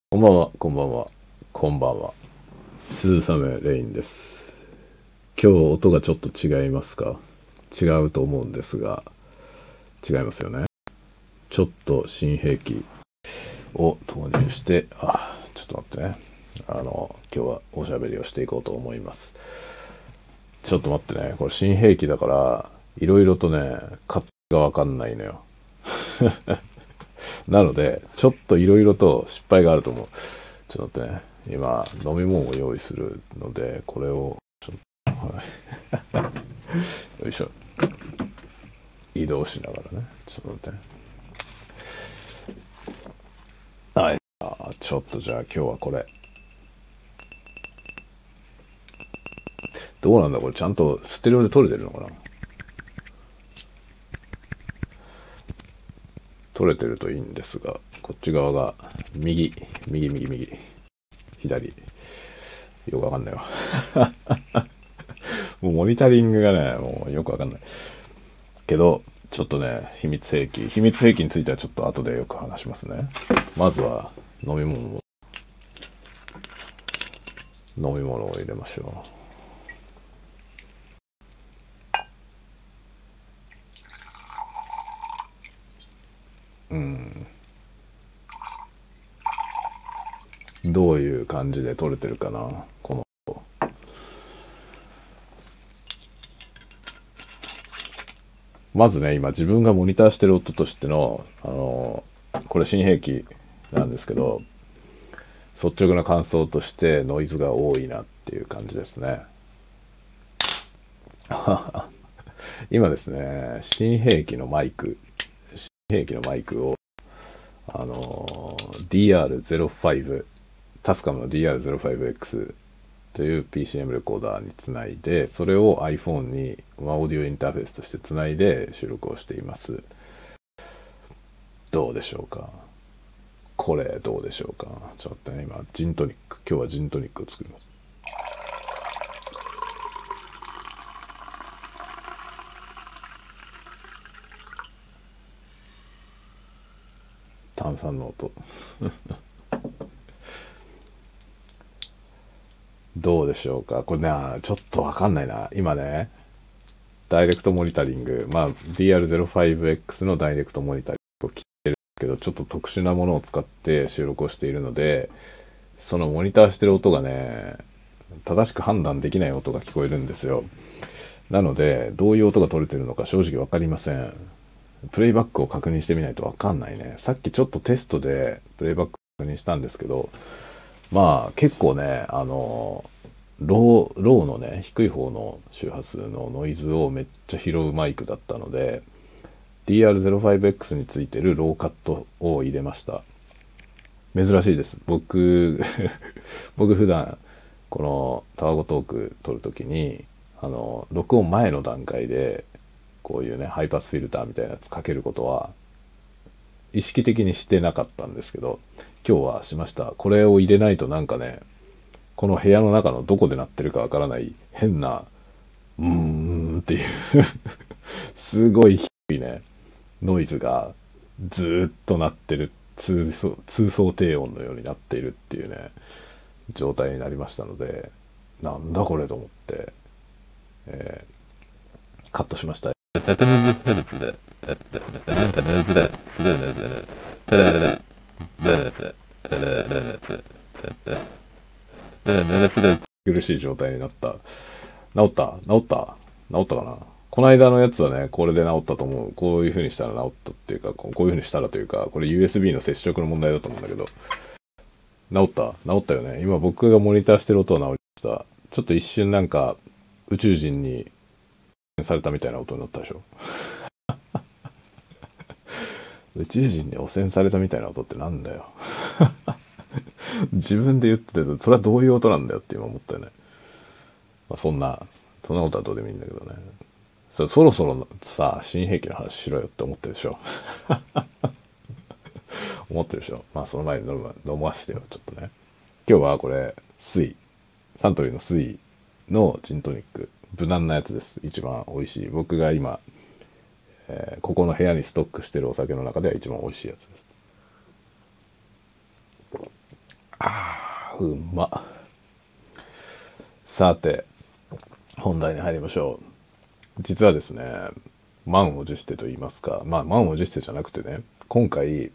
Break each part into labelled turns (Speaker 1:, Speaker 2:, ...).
Speaker 1: こんばんは、こんばんは、こんばんは。鈴雨レインです。今日音がちょっと違いますか？違うと思うんですが、違いますよね。ちょっと新兵器を投入して、ちょっと待ってね。今日はおしゃべりをしていこうと思います。ちょっと待ってね。これ新兵器だから、いろいろとね、勝手がわかんないのよ。なので、ちょっといろいろと失敗があると思う。ちょっと待ってね。今、飲み物を用意するので、これを、はい、よいしょ。移動しながらね。ちょっと待ってね。はい。ちょっとじゃあ今日はこれ。どうなんだこれ、ちゃんとステレオで撮れてるのかな？撮れてるといいんですが、こっち側が右、右、左。よくわかんないわ。もうモニタリングがね、もうよくわかんない。けど、ちょっとね、秘密兵器についてはちょっと後でよく話しますね。まずは飲み物を入れましょう。どういう感じで撮れてるかな、この。まずね、今自分がモニターしてる音としての、これ新兵器なんですけど、率直な感想としてノイズが多いなっていう感じですね。今ですね、新兵器のマイクを、DR05、タスカムの DR05X という PCM レコーダーにつないで、それを iPhone に、オーディオインターフェースとしてつないで収録をしています。どうでしょうか？これどうでしょうか？ちょっとね、今今日はジントニックを作ります。炭酸の音。どうでしょうか？これな、ちょっとわかんないな。今ね、ダイレクトモニタリング、DR05X のダイレクトモニタリングを切ってるけど、ちょっと特殊なものを使って収録をしているので、そのモニターしてる音がね、正しく判断できない音が聞こえるんですよ。なので、どういう音が取れてるのか正直わかりません。プレイバックを確認してみないとわかんないね。さっきちょっとテストでプレイバック確認したんですけど、結構ね、ローのね、低い方の周波数のノイズをめっちゃ拾うマイクだったので、DR05X についてるローカットを入れました。珍しいです。僕普段、このタワゴトーク撮るときに、録音前の段階で、こういうね、ハイパスフィルターみたいなやつかけることは、意識的にしてなかったんですけど、今日はしました。これを入れないとなんかね、この部屋の中のどこで鳴ってるかわからない変な、っていうすごい低いね、ノイズがずーっと鳴ってる、通奏低音のようになっているっていうね、状態になりましたので、なんだこれと思って、カットしました。苦しい状態になった。治ったかな。この間のやつはね、これで治ったと思う。こういう風にしたら治ったっていうか、こういう風にしたらというか、これ USB の接触の問題だと思うんだけど、治ったよね。今僕がモニターしてる音は治りました。ちょっと一瞬なんか、宇宙人にされたみたいな音になったでしょ。宇宙人に汚染されたみたいな音ってなんだよ。自分で言ってて、それはどういう音なんだよって今思ったよね。そんなことはどうでもいいんだけどね。そろそろさ、新兵器の話しろよって思ってるでしょ。思ってるでしょ。その前に飲ませてよ、ちょっとね。今日はこれ、サントリーの水のジントニック。無難なやつです。一番美味しい。僕が今、ここの部屋にストックしてるお酒の中では一番美味しいやつです。 うま。さて、本題に入りましょう。実はですね、満を持してと言いますか、まあ満を持してじゃなくてね、今回、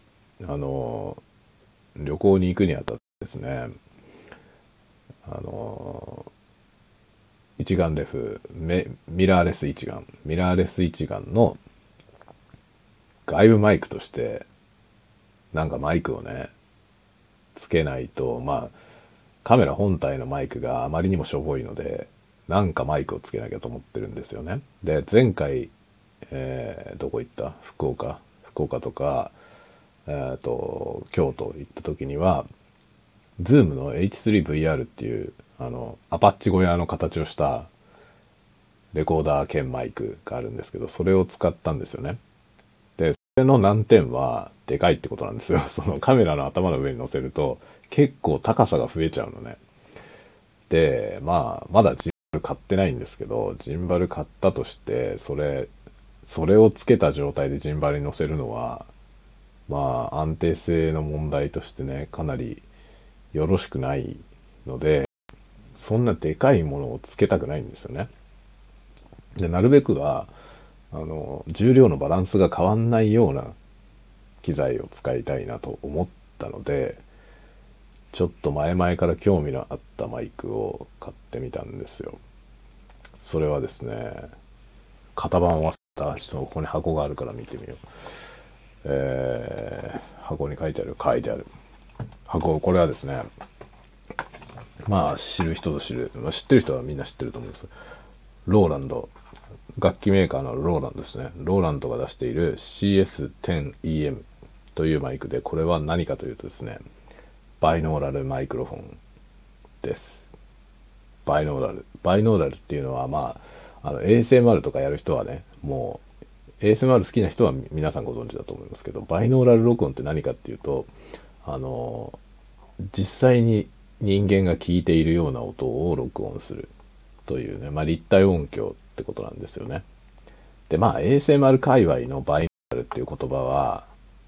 Speaker 1: 旅行に行くにあたってですね、あの、一眼レフ、ミラーレス一眼の外部マイクとして、なんかマイクをね、つけないと、まあ、カメラ本体のマイクがあまりにもしょぼいので、なんかマイクをつけなきゃと思ってるんですよね。で、前回、どこ行った？福岡とか、京都行った時には、ズームの H3VR っていう、アパッチ小屋の形をしたレコーダー兼マイクがあるんですけど、それを使ったんですよね。で、それの難点は、でかいってことなんですよ。そのカメラの頭の上に乗せると、結構高さが増えちゃうのね。で、まあ、まだジンバル買ってないんですけど、ジンバル買ったとして、それをつけた状態でジンバルに乗せるのは、まあ、安定性の問題としてね、かなりよろしくないので、そんなでかいものをつけたくないんですよね。で、なるべくは、重量のバランスが変わんないような機材を使いたいなと思ったので、ちょっと前々から興味のあったマイクを買ってみたんですよ。それはですね、型番を忘れた。ちょっとここに箱があるから見てみよう。箱に書いてある。箱、これはですね、まあ知る人ぞ知る、まあ、知ってる人はみんな知ってると思います。ローランド、楽器メーカーのローランドですね。ローランドが出している CS10EM というマイクで、これは何かというとですね、バイノーラルマイクロフォンです。バイノーラルっていうのは、まあ、ASMR とかやる人はね、もう ASMR 好きな人は皆さんご存知だと思いますけど、バイノーラル録音って何かっていうと、あの実際に人間が聞いているような音を録音するというね、まあ、立体音響ってことなんですよね。で、まあ ASMR 界隈のバイノーラルっていう言葉は、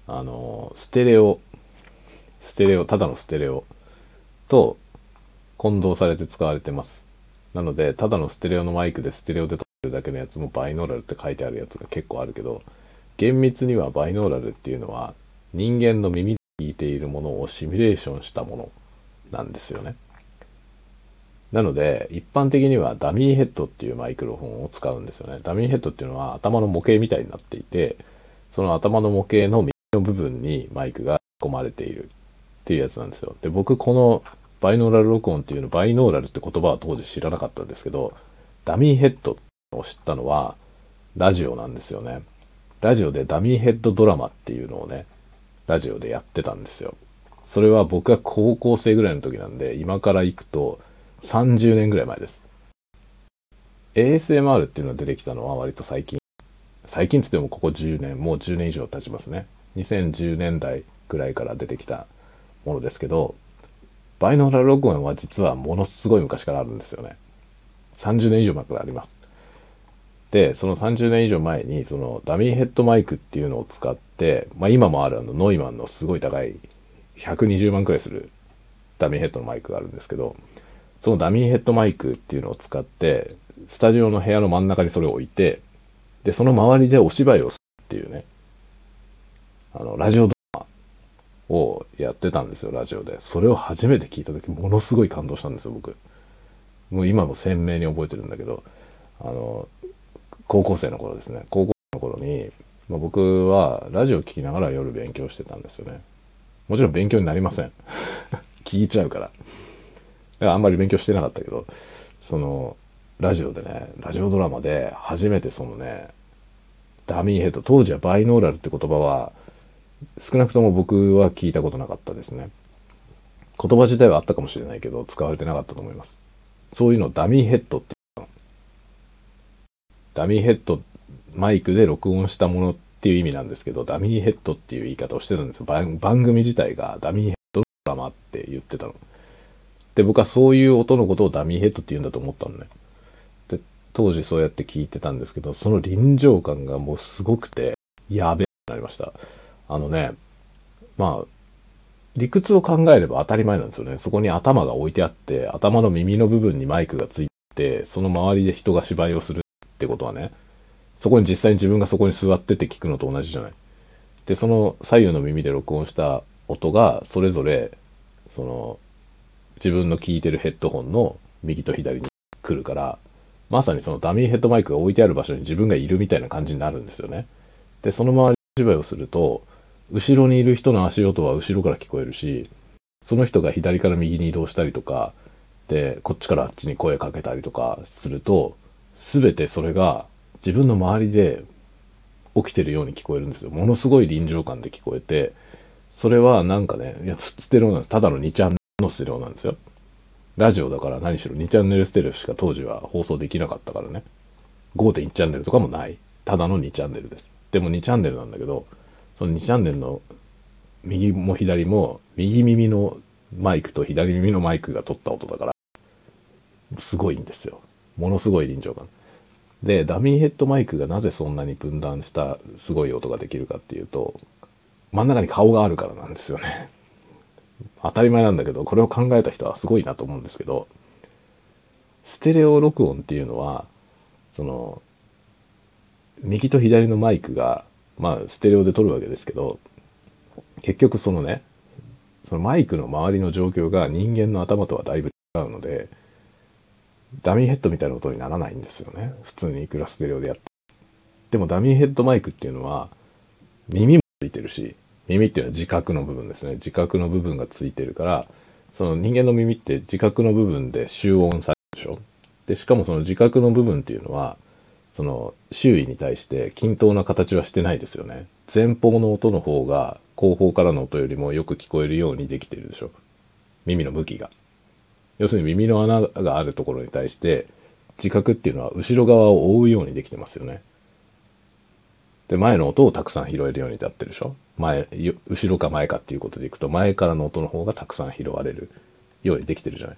Speaker 1: ただのステレオと混同されて使われてます。なので、ただのステレオのマイクでステレオで撮ってるだけのやつもバイノーラルって書いてあるやつが結構あるけど、厳密にはバイノーラルっていうのは人間の耳で聞いているものをシミュレーションしたものなんですよね。なので、一般的にはダミーヘッドっていうマイクロフォンを使うんですよね。ダミーヘッドっていうのは頭の模型みたいになっていて、その頭の模型の右の部分にマイクが込まれているっていうやつなんですよ。で、僕このバイノーラル録音っていうの、バイノーラルって言葉は当時知らなかったんですけど、ダミーヘッドを知ったのはラジオなんですよね。ラジオでダミーヘッドドラマっていうのをね、ラジオでやってたんですよ。それは僕が高校生ぐらいの時なんで、今から行くと30年ぐらい前です。ASMR っていうのが出てきたのは割と最近。最近つってもここ10年、もう10年以上経ちますね。2010年代ぐらいから出てきたものですけど、バイノーラル録音は実はものすごい昔からあるんですよね。30年以上前からあります。で、その30年以上前に、そのダミーヘッドマイクっていうのを使って、まあ今もあるノイマンのすごい高い120万くらいするダミーヘッドのマイクがあるんですけど、そのダミーヘッドマイクっていうのを使って、スタジオの部屋の真ん中にそれを置いて、で、その周りでお芝居をするっていうね、ラジオドラマをやってたんですよ、ラジオで。それを初めて聞いた時、ものすごい感動したんですよ、僕。もう今も鮮明に覚えてるんだけど、あの、高校生の頃ですね。高校生の頃に、まあ、僕はラジオ聞きながら夜勉強してたんですよね。もちろん勉強になりません。聞いちゃうから。だからあんまり勉強してなかったけど、その、ラジオでね、ラジオドラマで初めてそのね、ダミーヘッド、当時はバイノーラルって言葉は、少なくとも僕は聞いたことなかったですね。言葉自体はあったかもしれないけど、使われてなかったと思います。そういうのをダミーヘッドって、ダミーヘッド、マイクで録音したものっていう意味なんですけど、ダミーヘッドっていう言い方をしてたんですよ。番組自体がダミーヘッドドラマって言ってたの。で、僕はそういう音のことをダミーヘッドって言うんだと思ったのね。で、当時そうやって聞いてたんですけど、その臨場感がもうすごくて、やべえってなりました。あのね、まあ、 理屈を考えれば当たり前なんですよね。そこに頭が置いてあって、頭の耳の部分にマイクがついて、その周りで人が芝居をするってことはね、そこに実際に自分がそこに座ってて聞くのと同じじゃない。で、その左右の耳で録音した音が、それぞれ、その、自分の聞いてるヘッドホンの右と左に来るから、まさにそのダミーヘッドマイクが置いてある場所に自分がいるみたいな感じになるんですよね。で、その周りで芝居をすると、後ろにいる人の足音は後ろから聞こえるし、その人が左から右に移動したりとか、で、こっちからあっちに声かけたりとかすると、すべてそれが自分の周りで起きてるように聞こえるんですよ。ものすごい臨場感で聞こえて、それはなんかね、いや、ステレオなんです。ただの2チャンネルのステレオなんですよ。ラジオだから何しろ2チャンネルステレオしか当時は放送できなかったからね。5.1 チャンネルとかもない。ただの2チャンネルです。でも2チャンネルなんだけど、その2チャンネルの右も左も、右耳のマイクと左耳のマイクが取った音だから、すごいんですよ。ものすごい臨場感。で、ダミーヘッドマイクがなぜそんなに分断したすごい音ができるかっていうと、真ん中に顔があるからなんですよね。当たり前なんだけど、これを考えた人はすごいなと思うんですけど、ステレオ録音っていうのは、その、右と左のマイクが、まあ、ステレオで撮るわけですけど、結局そのね、そのマイクの周りの状況が人間の頭とはだいぶ違うので、ダミーヘッドみたいな音にならないんですよね。普通にいくらステレオでやって。でもダミーヘッドマイクっていうのは、耳もついてるし、耳っていうのは自覚の部分ですね。自覚の部分がついてるから、その人間の耳って自覚の部分で集音されるでしょ。で、しかもその自覚の部分っていうのは、その周囲に対して均等な形はしてないですよね。前方の音の方が後方からの音よりもよく聞こえるようにできてるでしょ。耳の向きが。要するに耳の穴があるところに対して自覚っていうのは後ろ側を覆うようにできてますよね。で、前の音をたくさん拾えるようになってるでしょ。後ろか前かっていうことでいくと前からの音の方がたくさん拾われるようにできてるじゃない。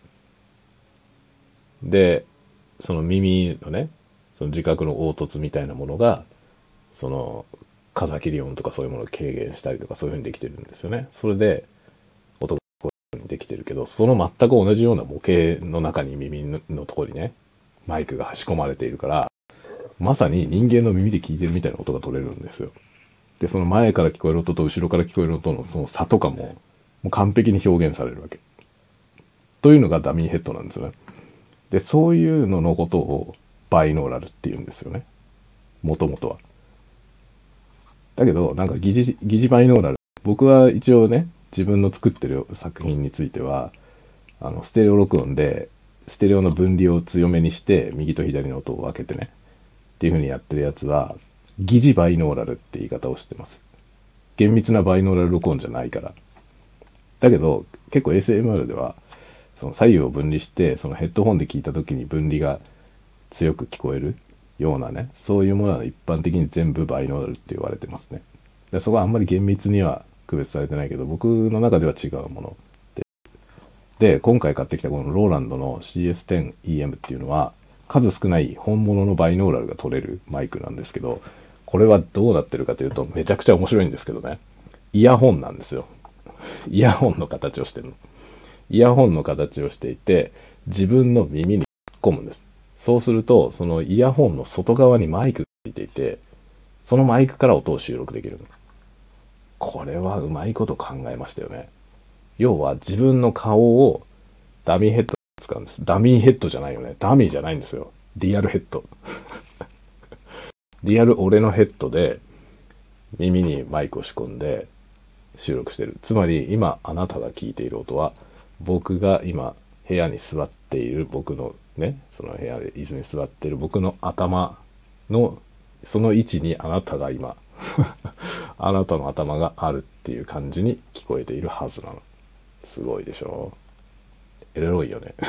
Speaker 1: で、その耳のね、その自覚の凹凸みたいなものが、その風切り音とかそういうものを軽減したりとかそういうふうにできてるんですよね。それで音が聞こえるようにできてるけど、その全く同じような模型の中に耳のところにね、マイクが差し込まれているから、まさに人間の耳で聞いてるみたいな音が取れるんですよ。で、その前から聞こえる音と後ろから聞こえる音のその差とかも、もう完璧に表現されるわけ。というのがダミーヘッドなんですよね。で、そういうののことをバイノーラルって言うんですよね。もともとは。だけど、なんか疑似バイノーラル。僕は一応ね、自分の作ってる作品については、ステレオ録音で、ステレオの分離を強めにして、右と左の音を分けてね、っていう風にやってるやつは、疑似バイノーラルって言い方をしてます。厳密なバイノーラル録音じゃないから。だけど、結構 ASMR では、その左右を分離して、そのヘッドホンで聞いた時に分離が強く聞こえるようなね、そういうものは一般的に全部バイノーラルって言われてますね。で、そこはあんまり厳密には区別されてないけど、僕の中では違うもので、今回買ってきたこのローランドの CS10EM っていうのは、数少ない本物のバイノーラルが取れるマイクなんですけど、これはどうなってるかというと、めちゃくちゃ面白いんですけどね。イヤホンなんですよ。イヤホンの形をしてるの。イヤホンの形をしていて、自分の耳に突っ込むんです。そうすると、そのイヤホンの外側にマイクがついていて、そのマイクから音を収録できる。これはうまいこと考えましたよね。要は自分の顔をダミーヘッドに使うんです。ダミーヘッドじゃないよね。ダミーじゃないんですよ。リアルヘッド。リアル俺のヘッドで耳にマイクを仕込んで収録してる。つまり今あなたが聞いている音は、僕が今部屋に座っている僕のね、その部屋で椅子に座っている僕の頭のその位置にあなたが今あなたの頭があるっていう感じに聞こえているはずなの。すごいでしょ。エロいよね。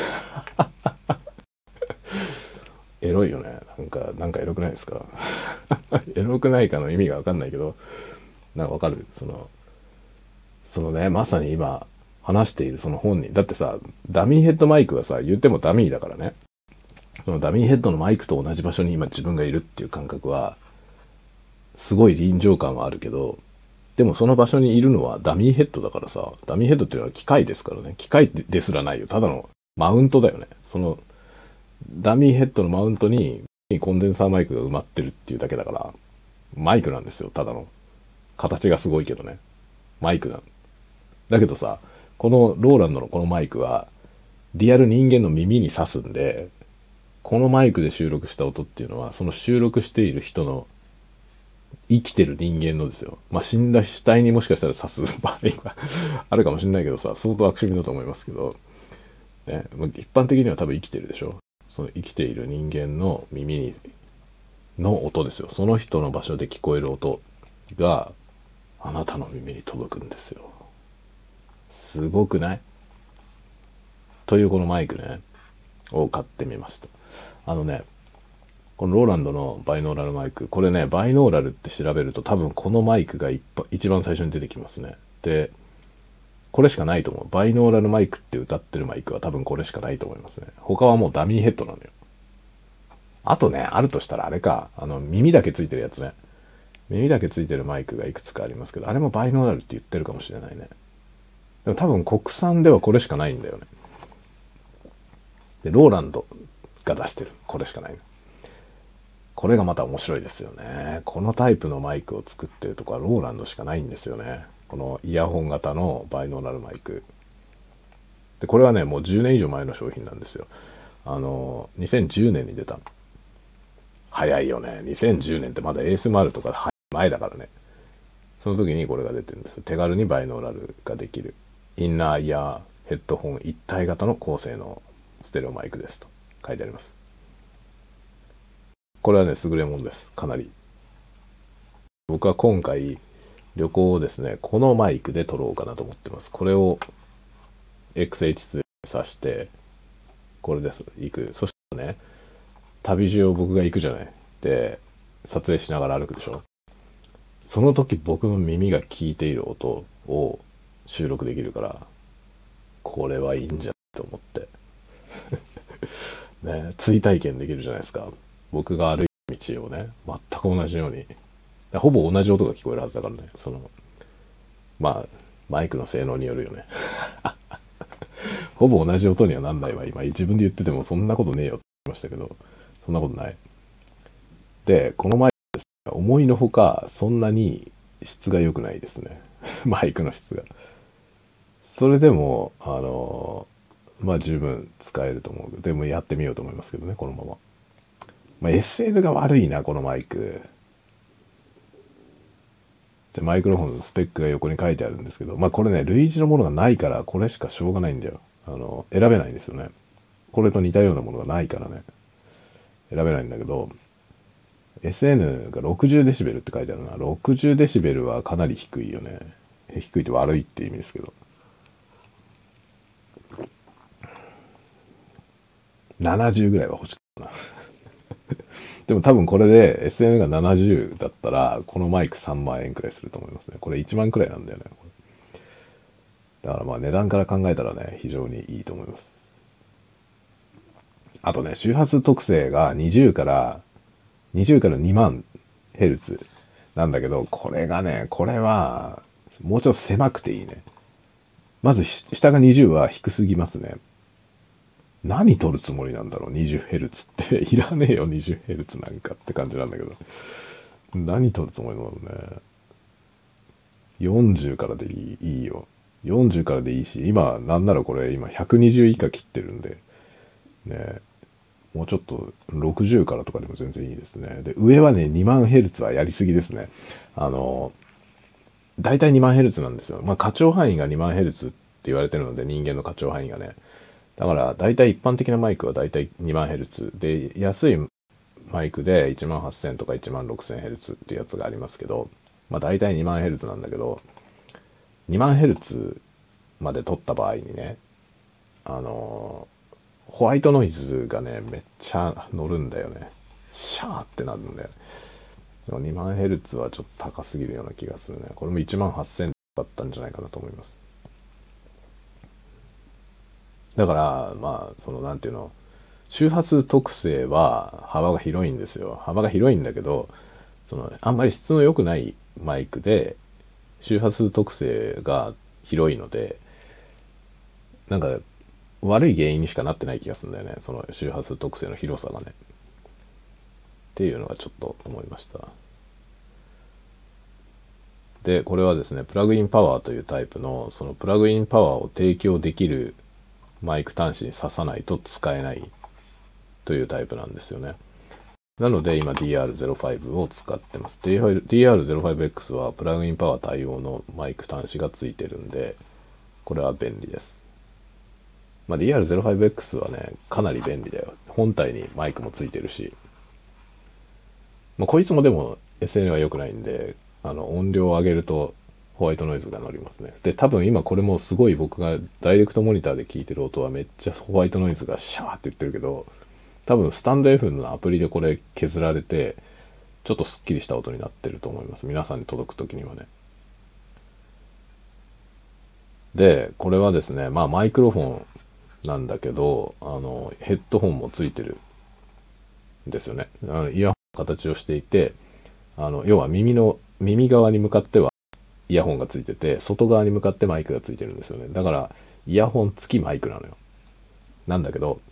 Speaker 1: エロいよね。なんかエロくないですか？エロくないかの意味がわかんないけど、なんかわかる。そのね、まさに今話しているその本人。だってさ、ダミーヘッドマイクはさ、言ってもダミーだからね。そのダミーヘッドのマイクと同じ場所に今自分がいるっていう感覚は、すごい臨場感はあるけど、 でもその場所にいるのはダミーヘッドだからさ、ダミーヘッドっていうのは機械ですからね。機械ですらないよ。ただのマウントだよね。そのダミーヘッドのマウントにコンデンサーマイクが埋まってるっていうだけだから、マイクなんですよ。ただの。形がすごいけどね。マイクだけどさ、このローランドのこのマイクは、リアル人間の耳に刺すんで、このマイクで収録した音っていうのは、その収録している人の生きてる人間のですよ。まあ、死んだ死体にもしかしたら刺す場合があるかもしれないけどさ、相当悪趣味だと思いますけど、ね、まあ、一般的には多分生きてるでしょ。その生きている人間の耳にの音ですよ。その人の場所で聞こえる音があなたの耳に届くんですよ。すごくない？というこのマイクね、を買ってみました。あのね、このローランドのバイノーラルマイク、これね、バイノーラルって調べると多分このマイクが一番最初に出てきますね。で、これしかないと思う。バイノーラルマイクって歌ってるマイクは多分これしかないと思いますね。他はもうダミーヘッドなのよ。あとね、あるとしたらあれか、耳だけついてるやつね。耳だけついてるマイクがいくつかありますけど、あれもバイノーラルって言ってるかもしれないね。でも多分国産ではこれしかないんだよね。で、ローランドが出してる。これしかない。これがまた面白いですよね。このタイプのマイクを作ってるとこはローランドしかないんですよね。このイヤホン型のバイノーラルマイク。で、これはね、もう10年以上前の商品なんですよ。2010年に出たの。早いよね。2010年ってまだ ASMR とか前だからね。その時にこれが出てるんですよ。手軽にバイノーラルができる。インナーイヤーヘッドホン一体型の高性能ステレオマイクですと書いてあります。これはね、優れものです。かなり。僕は今回、旅行をですね、このマイクで撮ろうかなと思ってます。これを XH2 に挿して、これです。行く。そしたらね、旅路を僕が行くじゃない。で、撮影しながら歩くでしょ。その時僕の耳が聞いている音を収録できるから、これはいいんじゃないと思って。ね、追体験できるじゃないですか。僕が歩いた道をね、全く同じように。ほぼ同じ音が聞こえるはずだからね。まあ、マイクの性能によるよね。ほぼ同じ音にはなんないわ。今、自分で言っててもそんなことねえよって言いましたけど、そんなことない。で、このマイクですね、思いのほか、そんなに質が良くないですね。マイクの質が。それでも、まあ十分使えると思う。でもやってみようと思いますけどね、このまま。まあ、SL が悪いな、このマイク。マイクロフォンのスペックが横に書いてあるんですけど、まあこれね、類似のものがないから、これしかしょうがないんだよ。選べないんですよね。これと似たようなものがないからね、選べないんだけど、SN が60デシベルって書いてあるな。60デシベルはかなり低いよね。低いって悪いって意味ですけど。70ぐらいは欲しかったな。でも多分これで SN が70だったら、このマイク3万円くらいすると思いますね。これ1万くらいなんだよね。だからまあ値段から考えたらね、非常にいいと思います。あとね、周波数特性が20から2万ヘルツなんだけど、これがね、これはもうちょっと狭くていいね。まず下が20は低すぎますね。何取るつもりなんだろう 20Hz っていらねえよ 20Hz なんかって感じなんだけど、何取るつもりなのね。40からでいいよ。40からでいいし、今なんならこれ今120以下切ってるんでね、もうちょっと60からとかでも全然いいですね。で上はね、2万ヘルツはやりすぎですね。大体2万ヘルツなんですよ。まあ過聴範囲が2万ヘルツって言われてるので、人間の過聴範囲がね、だから大体一般的なマイクは大体2万ヘルツで、安いマイクで1万8000とか1万6000ヘルツっていうやつがありますけど、まあ大体2万ヘルツなんだけど、2万ヘルツまで取った場合にね、ホワイトノイズがね、めっちゃ乗るんだよね。シャーってなるんだよ。2万ヘルツはちょっと高すぎるような気がするね。これも1万8000だったんじゃないかなと思います。だから、まあ、なんていうの、周波数特性は幅が広いんですよ。幅が広いんだけど、あんまり質の良くないマイクで、 周波数特性が広いので、なんか悪い原因にしかなってない気がするんだよね、その周波数特性の広さがね。っていうのがちょっと思いました。で、これはですね、プラグインパワーというタイプの、そのプラグインパワーを提供できるマイク端子に挿さないと使えないというタイプなんですよね。なので今 DR05 を使ってます。DR05X はプラグインパワー対応のマイク端子がついてるんで、これは便利です。まあ、DR05X はね、かなり便利だよ。本体にマイクもついてるし、まあ、こいつもでも SN は良くないんで、音量を上げるとホワイトノイズが乗りますね。で、多分今これもすごい僕がダイレクトモニターで聞いてる音はめっちゃホワイトノイズがシャーって言ってるけど、多分スタンド FM のアプリでこれ削られて、ちょっとスッキリした音になってると思います。皆さんに届くときにはね。で、これはですね、まあマイクロフォンなんだけど、ヘッドホンもついてるんですよね。イヤホンの形をしていて、要は耳側に向かってはイヤホンがついてて、外側に向かってマイクがついてるんですよね。だから、イヤホン付きマイクなのよ。なんだけど、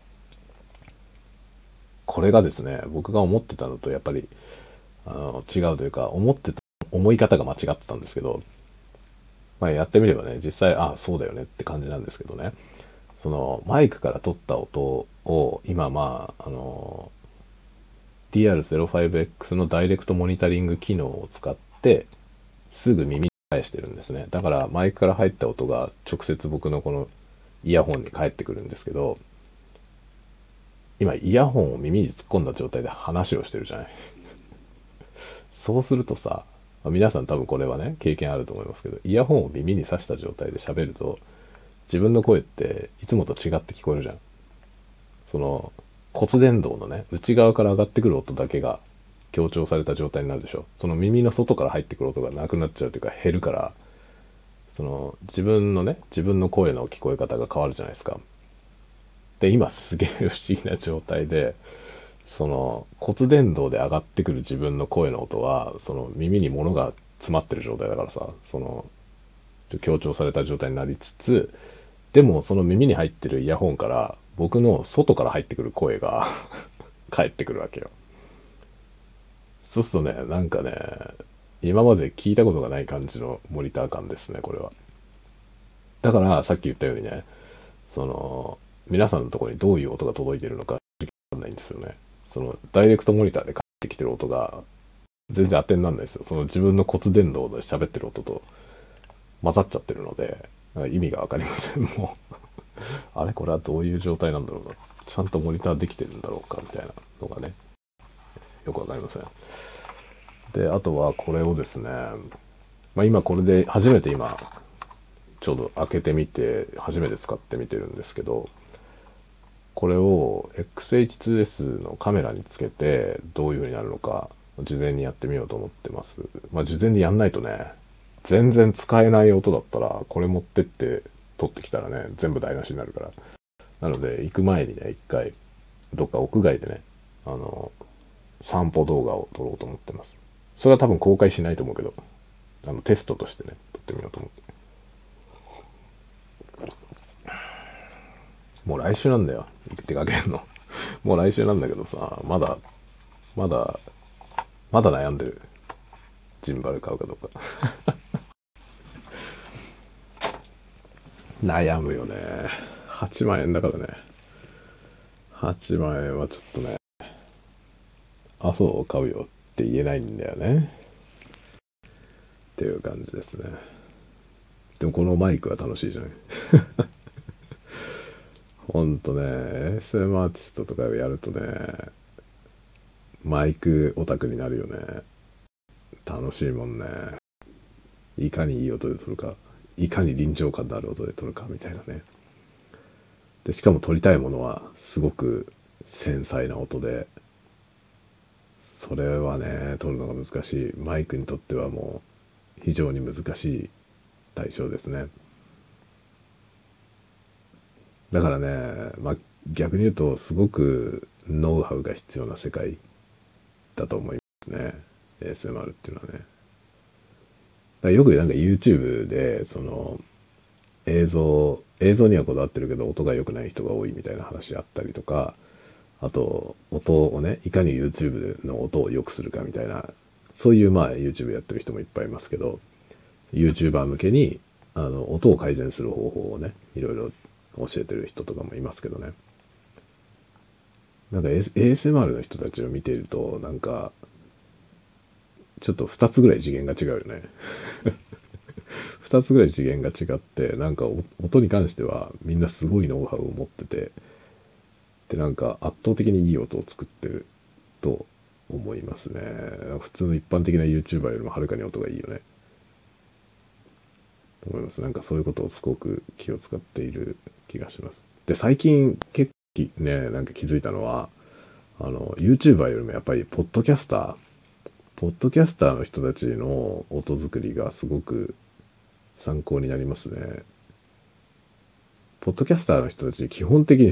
Speaker 1: これがですね、僕が思ってたのとやっぱり、違うというか、思い方が間違ってたんですけど、まあやってみればね、実際、あ、そうだよねって感じなんですけどね。その、マイクから取った音を、今まあ、DR05X のダイレクトモニタリング機能を使って、すぐ耳に返してるんですね。だからマイクから入った音が直接僕のこのイヤホンに返ってくるんですけど、今イヤホンを耳に突っ込んだ状態で話をしてるじゃない。そうするとさ、皆さん多分これはね、経験あると思いますけど、イヤホンを耳に挿した状態で喋ると、自分の声っていつもと違って聞こえるじゃん。その骨伝導のね、内側から上がってくる音だけが強調された状態になるでしょ。その耳の外から入ってくる音がなくなっちゃうというか減るから、その自分の声の聞こえ方が変わるじゃないですか。で、今すげえ不思議な状態で、その骨伝導で上がってくる自分の声の音は、その耳に物が詰まってる状態だからさ、その強調された状態になりつつ、でもその耳に入ってるイヤホンから僕の外から入ってくる声が返ってくるわけよ。そうするとね、なんかね、今まで聞いたことがない感じのモニター感ですね、これは。だからさっき言ったようにね、その皆さんのところにどういう音が届いてるのかわかんないんですよね。そのダイレクトモニターで返ってきてる音が全然当てにならないですよ。その自分の骨伝導で喋ってる音と混ざっちゃってるので、意味がわかりません。もうあれこれはどういう状態なんだろうな。ちゃんとモニターできてるんだろうかみたいなのがね、よくわかりません。で、あとはこれをですね、まあ今これで初めてちょうど開けてみて初めて使ってみてるんですけど、これを XH2S のカメラにつけてどういう風になるのか事前にやってみようと思ってます。まあ事前にやんないとね、全然使えない音だったらこれ持ってって撮ってきたらね、全部台無しになるから。なので行く前にね、一回どっか屋外でね、散歩動画を撮ろうと思ってます。それは多分公開しないと思うけど、テストとしてね、撮ってみようと思って。もう来週なんだよ。出かけるの。もう来週なんだけどさ、まだ、まだ悩んでる。ジンバル買うかどうか。悩むよね。8万円だからね。8万円はちょっとね、あ、そう買うよって言えないんだよね。っていう感じですね。でもこのマイクは楽しいじゃない。ほんとね、SM アーティストとかをやるとね、マイクオタクになるよね。楽しいもんね。いかにいい音で撮るか、いかに臨場感のある音で撮るかみたいなね。で、しかも撮りたいものはすごく繊細な音で、それはね、撮るのが難しい。マイクにとってはもう非常に難しい対象ですね。だからね、まあ逆に言うとすごくノウハウが必要な世界だと思いますね。ASMR っていうのはね。 らよくなんか YouTube で、映像にはこだわってるけど音が良くない人が多いみたいな話あったりとか、あと、音をね、いかに YouTube の音を良くするかみたいな、そういうまあ YouTube やってる人もいっぱいいますけど、YouTuber 向けに、音を改善する方法をね、いろいろ教えてる人とかもいますけどね。なんか ASMR の人たちを見ていると、なんか、ちょっと2つぐらい次元が違うよね。2つぐらい次元が違って、なんか音に関してはみんなすごいノウハウを持ってて、で、なんか圧倒的にいい音を作ってると思いますね。普通の一般的な YouTuber よりもはるかに音がいいよね。と思います。なんかそういうことをすごく気を使っている気がします。で、最近結構ね、なんか気づいたのは、YouTuber よりもやっぱりポッドキャスターの人たちの音作りがすごく参考になりますね。ポッドキャスターの人たち基本的に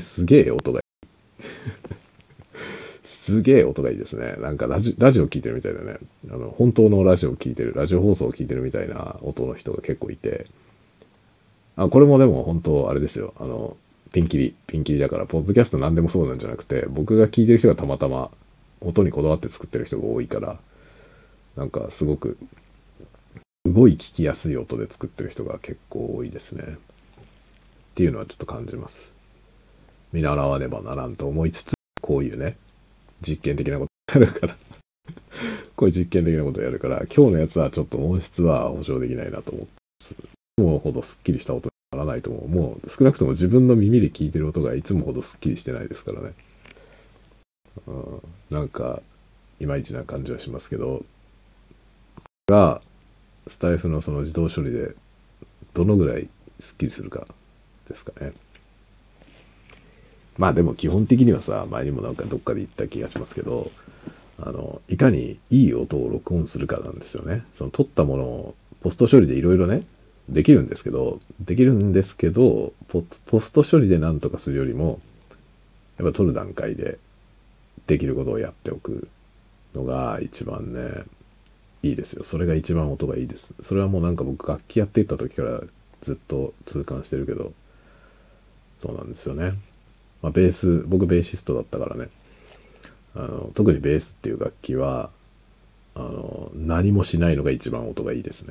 Speaker 1: すげえ音がいいですね。なんかラジオ聞いてるみたいだね。本当のラジオを聞いてる、ラジオ放送を聞いてるみたいな音の人が結構いて、これもでも本当あれですよ。ピンキリだから、ポッドキャスト何でもそうなんじゃなくて、僕が聞いてる人がたまたま音にこだわって作ってる人が多いから、なんかすごい聞きやすい音で作ってる人が結構多いですね。っていうのはちょっと感じます。見習わねばならんと思いつつ、こういうね、実験的なことやるからこういう実験的なことやるから、今日のやつはちょっと音質は保証できないなと思ってます。いつもほどスッキリした音にならないと思う。もう少なくとも自分の耳で聞いてる音がいつもほどスッキリしてないですからね。うん、なんか、いまいちな感じはしますけど、が、スタイフのその自動処理でどのぐらいスッキリするかですかね。まあでも基本的にはさ、前にもなんかどっかで言った気がしますけど、いかにいい音を録音するかなんですよね。その撮ったものをポスト処理でいろいろね、できるんですけど、ポスト処理でなんとかするよりも、やっぱ撮る段階でできることをやっておくのが一番ね、いいですよ。それが一番音がいいです。それはもうなんか僕楽器やっていった時からずっと痛感してるけど、そうなんですよね。まあ僕ベーシストだったからね。特にベースっていう楽器は、何もしないのが一番音がいいですね。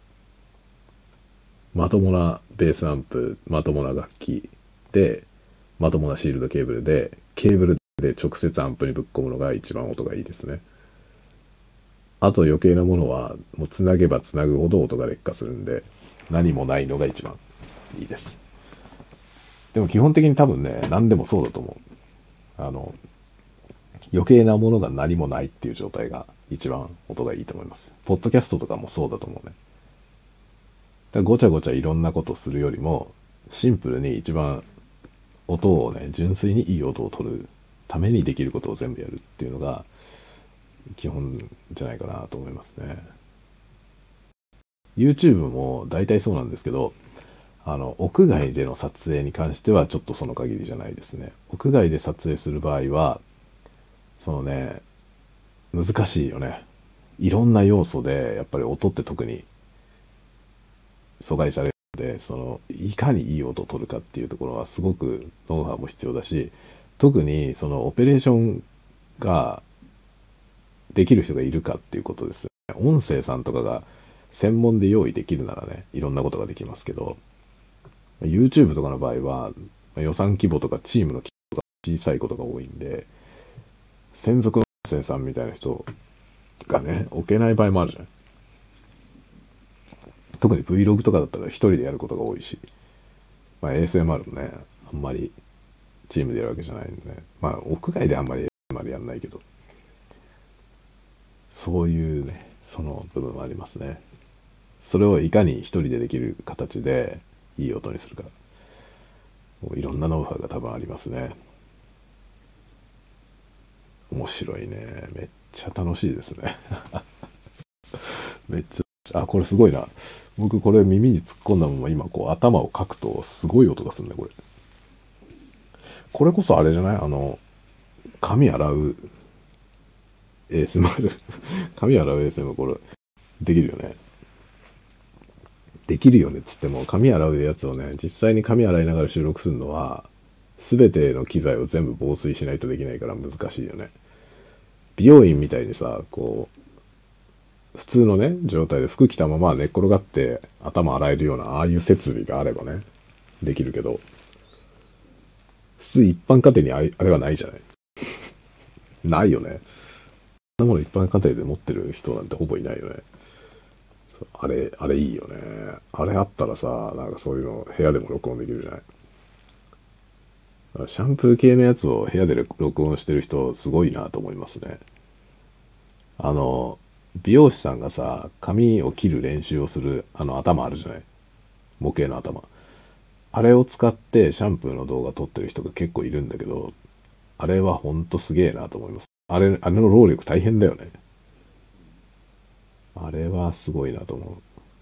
Speaker 1: まともなベースアンプ、まともな楽器で、まともなシールドケーブルで、ケーブルで直接アンプにぶっ込むのが一番音がいいですね。あと余計なものは、もうつなげばつなぐほど音が劣化するんで、何もないのが一番いいです。でも基本的に多分ね、何でもそうだと思う。余計なものが何もないっていう状態が一番音がいいと思います。ポッドキャストとかもそうだと思うね。だからごちゃごちゃいろんなことをするよりも、シンプルに一番音をね、純粋にいい音を取るためにできることを全部やるっていうのが基本じゃないかなと思いますね。YouTube も大体そうなんですけど、屋外での撮影に関してはちょっとその限りじゃないですね。屋外で撮影する場合は、そのね、難しいよね。いろんな要素で、やっぱり音って特に阻害されるので、いかにいい音を取るかっていうところはすごくノウハウも必要だし、特にそのオペレーションができる人がいるかっていうことですよね。音声さんとかが専門で用意できるならね、いろんなことができますけど、YouTube とかの場合は、予算規模とかチームの規模が小さいことが多いんで、専属の音声さんみたいな人がね、置けない場合もあるじゃん。特に Vlog とかだったら一人でやることが多いし、ASMR もね、あんまりチームでやるわけじゃないんで、屋外であんまり ASMR やんないけど、そういうね、その部分はありますね。それをいかに一人でできる形でいい音にするか。いろんなノウハウが多分ありますね。面白いね。めっちゃ楽しいですね。めっちゃ、これすごいな。僕これ耳に突っ込んだまま今こう頭をかくとすごい音がするね、これ。これこそあれじゃない髪洗う ASMR 髪洗う ASMR これできるよね。 できるよねっつっても、髪洗うやつをね、実際に髪洗いながら収録するのは、全ての機材を全部防水しないとできないから難しいよね。美容院みたいにさ、こう、普通のね、状態で服着たまま寝っ転がって頭洗えるような、ああいう設備があればね、できるけど、普通一般家庭にあれはないじゃない。ないよね。そんなもの一般家庭で持ってる人なんてほぼいないよね。あれいいよね。あれあったらさ、なんかそういうの部屋でも録音できるじゃない。シャンプー系のやつを部屋で録音してる人すごいなと思いますね。あの、美容師さんがさ、髪を切る練習をするあの頭あるじゃない。模型の頭。あれを使ってシャンプーの動画撮ってる人が結構いるんだけど、あれはほんとすげえなと思います。あれの労力大変だよね。あれはすごいなと思う。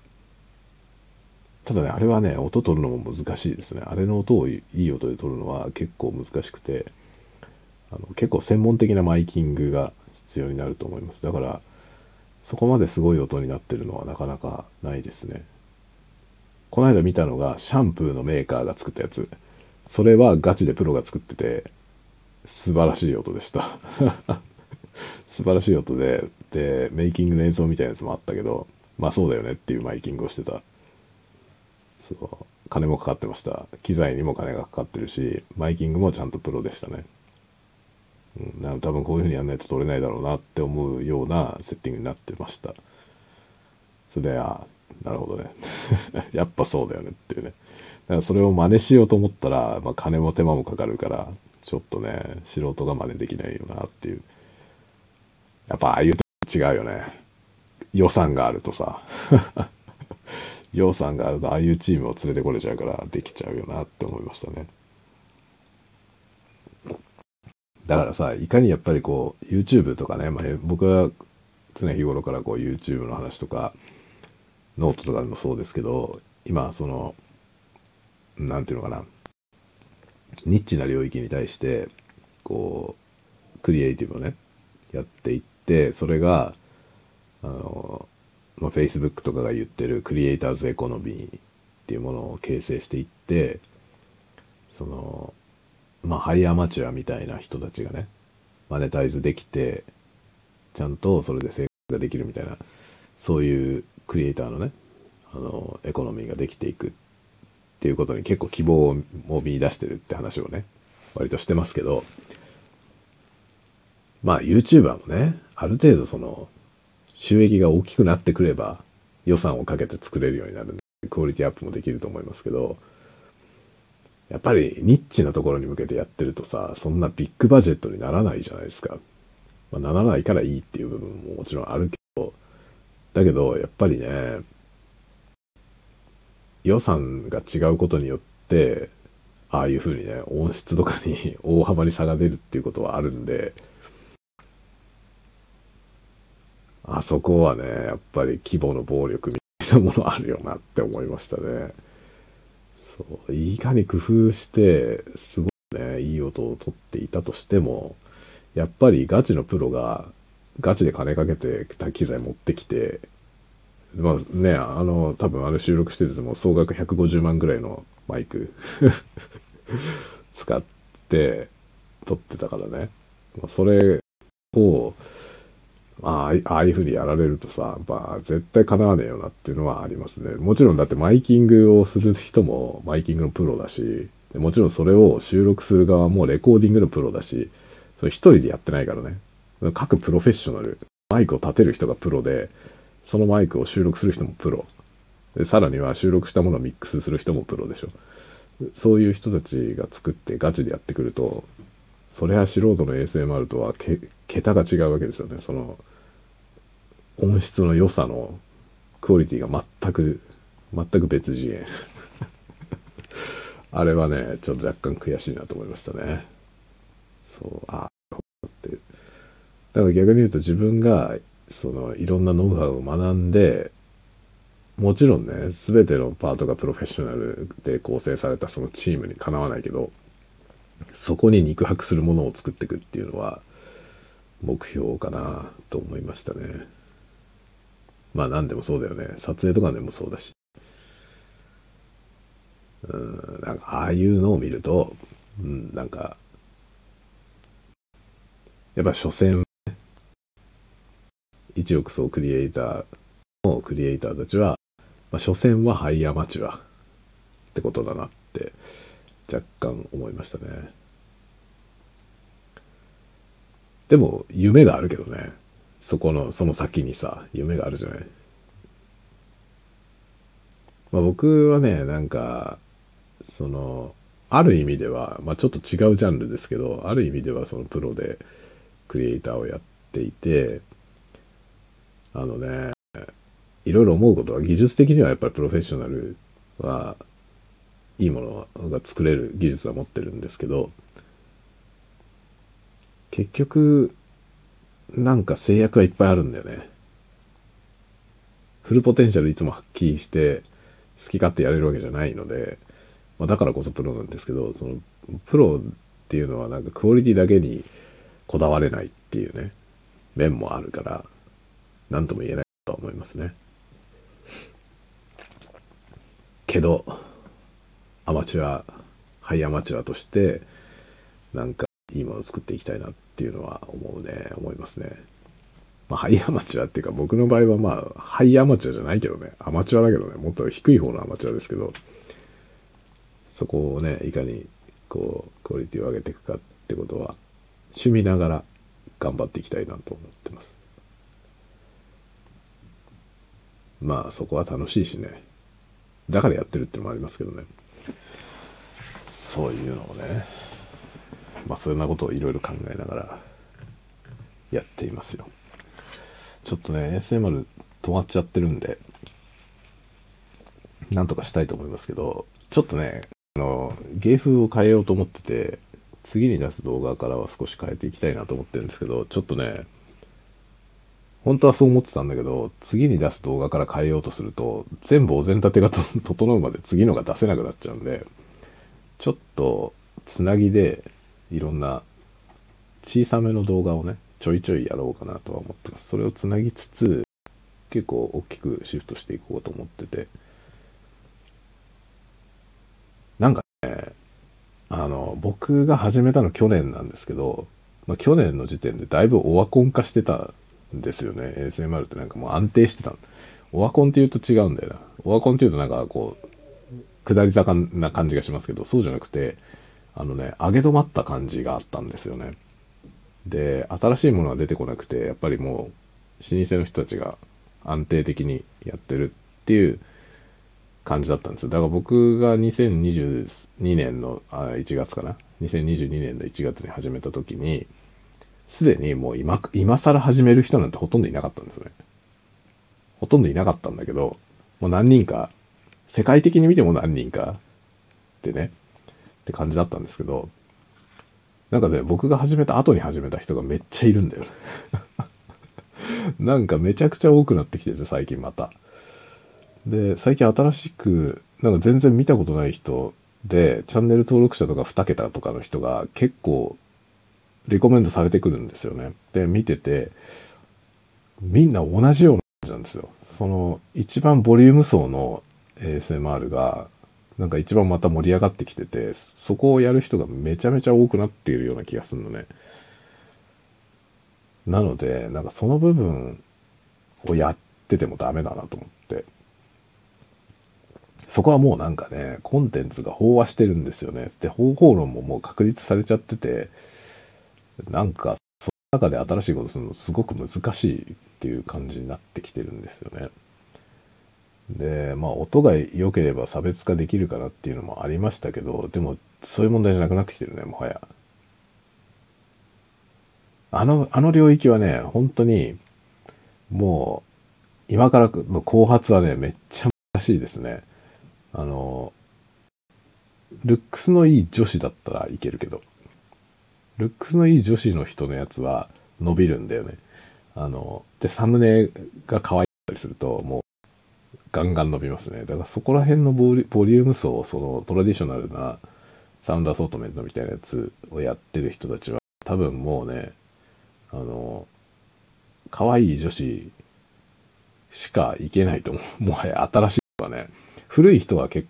Speaker 1: ただね、あれはね、音取るのも難しいですね。あれの音をいい音で取るのは結構難しくて、結構専門的なマイキングが必要になると思います。だから、そこまですごい音になってるのはなかなかないですね。この間見たのが、シャンプーのメーカーが作ったやつ。それはガチでプロが作ってて、素晴らしい音でした。素晴らしい音で、メイキングの映像みたいなやつもあったけど、まあそうだよねっていうマイキングをしてた。そう、金もかかってました。機材にも金がかかってるし、マイキングもちゃんとプロでしたね。なんか多分こういう風にやんないと撮れないだろうなって思うようなセッティングになってました。それで、なるほどね。やっぱそうだよねっていうね。だからそれを真似しようと思ったら、まあ、金も手間もかかるから、ちょっとね、素人が真似できないよなっていう。やっぱああいうと違うよね。予算があるとさ。予算があるとああいうチームを連れてこれちゃうからできちゃうよなって思いましたね。だからさ、いかにやっぱりこう、YouTube とかね、まあ、僕は常日頃からこう YouTube の話とか、ノートとかでもそうですけど、今その、なんていうのかな、ニッチな領域に対して、こう、クリエイティブをね、やっていって、それが、まあ、Facebook とかが言ってるクリエイターズエコノミーっていうものを形成していって、その、まあ、ハイアマチュアみたいな人たちがね、マネタイズできて、ちゃんとそれで生活ができるみたいな、そういうクリエイターのね、エコノミーができていくっていうことに結構希望を見出してるって話をね、割としてますけど、まあ YouTuber もね、ある程度その収益が大きくなってくれば予算をかけて作れるようになるんで、クオリティアップもできると思いますけど、やっぱりニッチなところに向けてやってるとさ、そんなビッグバジェットにならないじゃないですか。まあ、ならないからいいっていう部分ももちろんあるけど、だけどやっぱりね、予算が違うことによって、ああいう風にね、音質とかに大幅に差が出るっていうことはあるんで、あそこはね、やっぱり規模の暴力みたいなものあるよなって思いましたね。そう、いかに工夫して、すごいね、いい音を取っていたとしても、やっぱりガチのプロが、ガチで金かけてた機材持ってきて、まあね、多分収録してても総額150万ぐらいのマイク使って撮ってたからね。それを、ああいう風にやられるとさ、まあ、絶対叶わねえよなっていうのはありますね。もちろんだってマイキングをする人もマイキングのプロだし、もちろんそれを収録する側もレコーディングのプロだし、それ一人でやってないからね。各プロフェッショナル、マイクを立てる人がプロで、そのマイクを収録する人もプロ。で、さらには収録したものをミックスする人もプロでしょ。そういう人たちが作ってガチでやってくると、それは素人の ASMR とは桁が違うわけですよね。その音質の良さのクオリティが全く別次元。あれはね、ちょっと若干悔しいなと思いましたね。そう、って。だから逆に言うと自分が、その、いろんなノウハウを学んで、もちろんね、すべてのパートがプロフェッショナルで構成されたそのチームにかなわないけど、そこに肉薄するものを作っていくっていうのは目標かなと思いましたね。まあ何でもそうだよね。撮影とかでもそうだし。 なんかああいうのを見ると、なんかやっぱ所詮一億総クリエイターのクリエイターたちは、所詮はハイアマチュアってことだなって若干思いましたね。でも夢があるけどね。その先にさ、夢があるじゃない。僕はね、なんか、その、ある意味では、ちょっと違うジャンルですけど、ある意味ではそのプロでクリエイターをやっていて、あのね、いろいろ思うことは、技術的にはやっぱりプロフェッショナルはいいものが作れる技術は持ってるんですけど、結局、なんか制約はいっぱいあるんだよね。フルポテンシャルいつも発揮して好き勝手やれるわけじゃないので、だからこそプロなんですけど、そのプロっていうのはなんかクオリティだけにこだわれないっていうね、面もあるから、なんとも言えないとは思いますね。けど、アマチュア、ハイアマチュアとして、なんかいいものを作っていきたいなっていうのは思いますね。ハイアマチュアっていうか、僕の場合はハイアマチュアじゃないけどね、アマチュアだけどね、もっと低い方のアマチュアですけど、そこをね、いかにクオリティを上げていくかってことは、趣味ながら頑張っていきたいなと思ってます。そこは楽しいしね。だからやってるってのもありますけどね。そういうのをね、そんなことをいろいろ考えながらやっていますよ。ちょっとね、ASMR 止まっちゃってるんで、なんとかしたいと思いますけど、ちょっとね、芸風を変えようと思ってて、次に出す動画からは少し変えていきたいなと思ってるんですけど、ちょっとね、本当はそう思ってたんだけど、次に出す動画から変えようとすると、全部お膳立てが整うまで次のが出せなくなっちゃうんで、ちょっとつなぎでいろんな小さめの動画をね、ちょいちょいやろうかなとは思ってます。それをつなぎつつ、結構大きくシフトしていこうと思ってて、なんかね、僕が始めたの去年なんですけど、去年の時点でだいぶオワコン化してたんですよね。ASMR ってなんかもう安定してた。オワコンって言うと違うんだよな。オワコンって言うとなんか下り坂な感じがしますけど、そうじゃなくて、上げ止まった感じがあったんですよね。で、新しいものが出てこなくて、やっぱりもう、老舗の人たちが安定的にやってるっていう感じだったんですよ。だから僕が2022年の1月かな。2022年の1月に始めた時に、すでにもう今更始める人なんてほとんどいなかったんですよね。ほとんどいなかったんだけど、もう何人か、世界的に見ても何人かってね、って感じだったんですけど、なんかね、僕が始めた後に始めた人がめっちゃいるんだよね。なんかめちゃくちゃ多くなってきてて、最近また。で、最近新しく、なんか全然見たことない人で、チャンネル登録者とか2桁とかの人が結構、リコメンドされてくるんですよね。で、見てて、みんな同じような感じなんですよ。その、一番ボリューム層の ASMR が、なんか一番また盛り上がってきてて、そこをやる人がめちゃめちゃ多くなっているような気がするのね。なので、なんかその部分をやっててもダメだなと思って。そこはもうなんかね、コンテンツが飽和してるんですよね。で、方法論ももう確立されちゃってて、なんか、その中で新しいことするのすごく難しいっていう感じになってきてるんですよね。で、音が良ければ差別化できるかなっていうのもありましたけど、でも、そういう問題じゃなくなってきてるね、もはや。あの領域はね、本当に、もう、今からの後発はね、めっちゃ難しいですね。あの、ルックスのいい女子だったらいけるけど、ルックスのいい女子の人のやつは伸びるんだよね。で、サムネが可愛かったりすると、もうガンガン伸びますね。だからそこら辺のボリューム層、そのトラディショナルなサウンドアソートメントみたいなやつをやってる人たちは、多分もうね、あの、可愛い女子しかいけないと思う。もはや新しい人はね、古い人は結構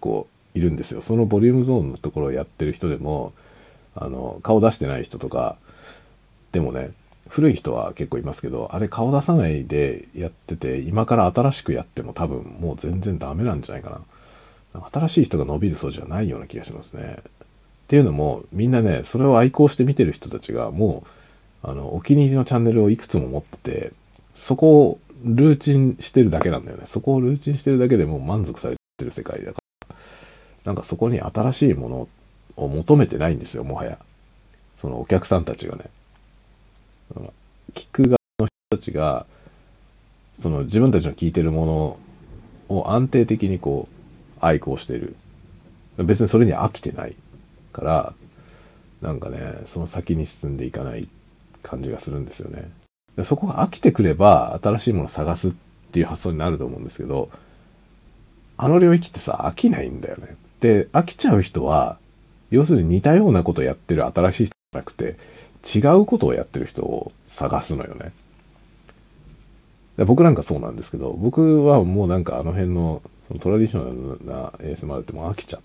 Speaker 1: いるんですよ。そのボリュームゾーンのところをやってる人でも、顔出してない人とかでもね、古い人は結構いますけど、あれ顔出さないでやってて、今から新しくやっても多分もう全然ダメなんじゃないかな。新しい人が伸びる素地はないような気がしますね。っていうのも、みんなね、それを愛好して見てる人たちがもう、お気に入りのチャンネルをいくつも持ってて、そこをルーチンしてるだけなんだよね。そこをルーチンしてるだけでもう満足されてる世界だから、なんかそこに新しいものを求めてないんですよ、もはや。そのお客さんたちがね。聞く側の人たちが、その自分たちの聞いてるものを安定的にこう、愛好している。別にそれに飽きてないから、なんかね、その先に進んでいかない感じがするんですよね。でそこが飽きてくれば、新しいものを探すっていう発想になると思うんですけど、あの領域ってさ、飽きないんだよね。で、飽きちゃう人は、要するに似たようなことをやってる新しい人じゃなくて、違うことをやってる人を探すのよね。で僕なんかそうなんですけど、僕はもうなんかあの辺の、そのトラディショナルな ASMR ってもう飽きちゃって、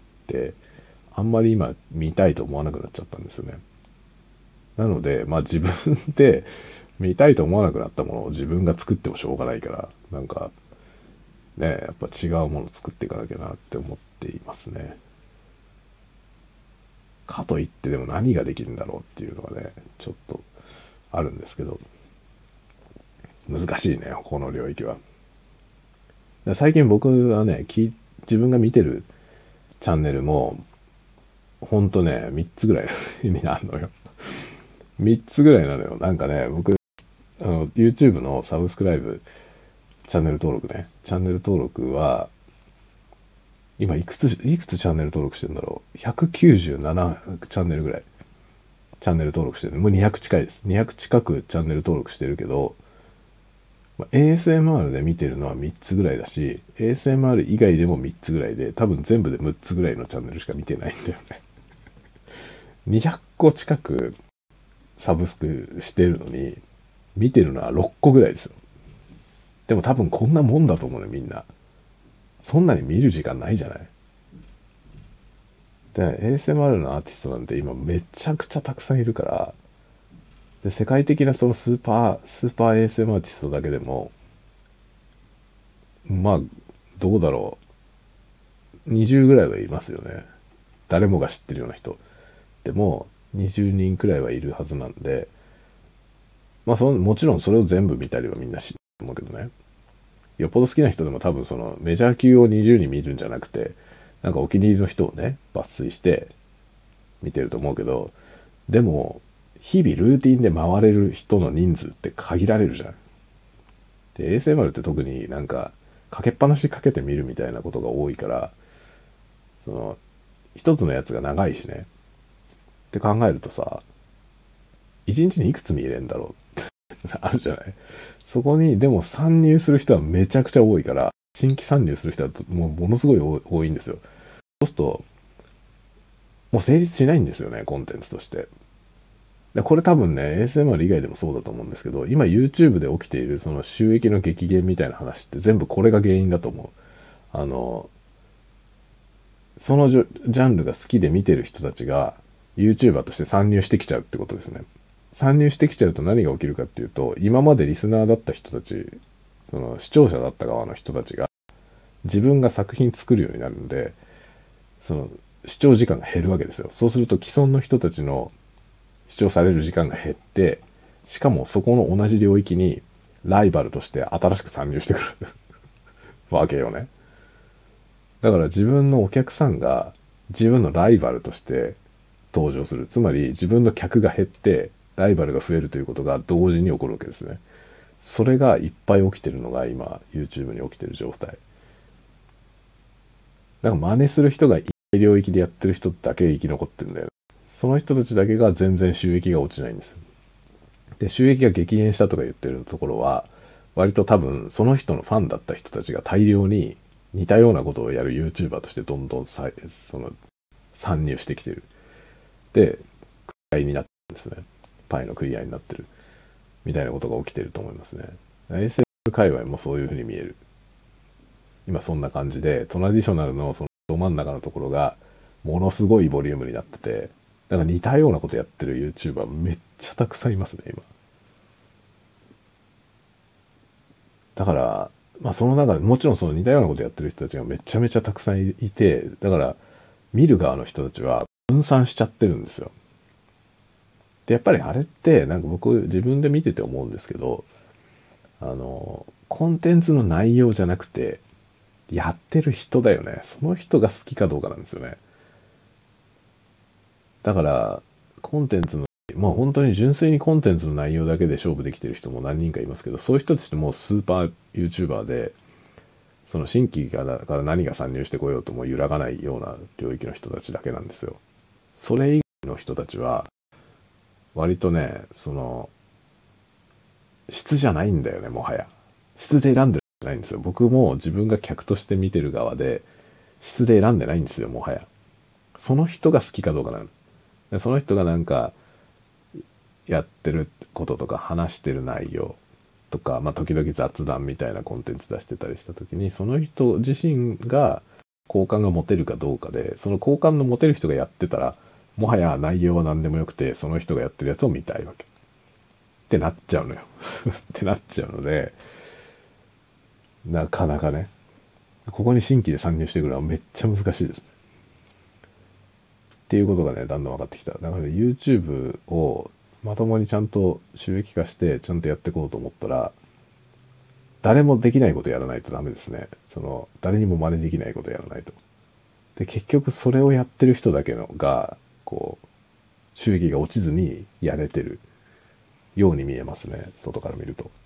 Speaker 1: あんまり今見たいと思わなくなっちゃったんですよね。なので、まあ自分で見たいと思わなくなったものを自分が作ってもしょうがないから、なんかね、やっぱ違うものを作っていかなきゃなって思っていますね。かといってでも何ができるんだろうっていうのがね、ちょっとあるんですけど、難しいね、この領域は。最近僕はね、自分が見てるチャンネルも、ほんとね、3つぐらいになるのよ。3つぐらいなのよ。なんかね、僕、YouTube のサブスクライブ、チャンネル登録ね。チャンネル登録は、今いくつチャンネル登録してるんだろう。197チャンネルぐらい。チャンネル登録してる。もう200近いです。200近くチャンネル登録してるけど、ASMR で見てるのは3つぐらいだし、ASMR 以外でも3つぐらいで、多分全部で6つぐらいのチャンネルしか見てないんだよね。200個近くサブスクしてるのに、見てるのは6個ぐらいですよ。でも多分こんなもんだと思うね、みんな。そんなに見る時間ないじゃない。で、ASMR のアーティストなんて今めちゃくちゃたくさんいるから、で、世界的なそのスーパー ASM アーティストだけでも、まあ、どうだろう。20ぐらいはいますよね。誰もが知ってるような人。でも、20人くらいはいるはずなんで、まあもちろんそれを全部見たりはみんな知ってると思うけどね。よっぽど好きな人でも多分そのメジャー級を20人見るんじゃなくて、なんかお気に入りの人をね、抜粋して見てると思うけど、でも、日々ルーティンで回れる人の人数って限られるじゃん。で、ASMR って特になんか、かけっぱなしかけてみるみたいなことが多いから、その、一つのやつが長いしね。って考えるとさ、一日にいくつ見れるんだろうってあるじゃない。そこに、でも参入する人はめちゃくちゃ多いから、新規参入する人はもうものすごい多いんですよ。そうすると、もう成立しないんですよね、コンテンツとして。でこれ多分ね、ASMR 以外でもそうだと思うんですけど、今 YouTube で起きているその収益の激減みたいな話って全部これが原因だと思う。そのジャンルが好きで見てる人たちが YouTuber として参入してきちゃうってことですね。参入してきちゃうと何が起きるかっていうと、今までリスナーだった人たち、その視聴者だった側の人たちが自分が作品作るようになるので、その視聴時間が減るわけですよ。そうすると既存の人たちの視聴される時間が減って、しかもそこの同じ領域にライバルとして新しく参入してくるわけよね。だから自分のお客さんが自分のライバルとして登場する。つまり自分の客が減ってライバルが増えるということが同時に起こるわけですね。それがいっぱい起きてるのが今 YouTube に起きてる状態。だから真似する人がいない領域でやってる人だけ生き残ってるんだよ。その人たちだけが全然収益が落ちないんですよ。で、収益が激減したとか言ってるところは、割と多分その人のファンだった人たちが大量に似たようなことをやる YouTuber としてどんどんその参入してきてる。で、食い合いになってるんですね。パイの食い合いになってる。みたいなことが起きてると思いますね。ASMR 界隈もそういうふうに見える。今そんな感じで、トラディショナルのそのど真ん中のところがものすごいボリュームになってて、だから似たようなことやってる YouTuber めっちゃたくさんいますね今。だからまあその中でもちろんその似たようなことやってる人たちがめちゃめちゃたくさんいて、だから見る側の人たちは分散しちゃってるんですよ。でやっぱりあれってなんか僕自分で見てて思うんですけど、コンテンツの内容じゃなくてやってる人だよね。その人が好きかどうかなんですよね。だからコンテンツのまあ本当に純粋にコンテンツの内容だけで勝負できてる人も何人かいますけど、そういう人たちってもうスーパー YouTuber で、その新規から何が参入してこようとも揺らがないような領域の人たちだけなんですよ。それ以外の人たちは割とね、その質じゃないんだよね。もはや質で選んでるんじゃないんですよ。僕も自分が客として見てる側で質で選んでないんですよ。もはやその人が好きかどうかなの。でその人がなんかやってることとか話してる内容とか、まあ時々雑談みたいなコンテンツ出してたりした時に、その人自身が好感が持てるかどうかで、その好感の持てる人がやってたらもはや内容は何でもよくて、その人がやってるやつを見たいわけってなっちゃうのよってなっちゃうので、なかなかね、ここに新規で参入してくるのはめっちゃ難しいですねっていうことがね、だんだん分かってきた。だから、ね、YouTube をまともにちゃんと収益化してちゃんとやっていこうと思ったら、誰もできないことやらないとダメですね。その誰にも真似できないことやらないと。で結局それをやってる人だけのがこう収益が落ちずにやれてるように見えますね、外から見ると。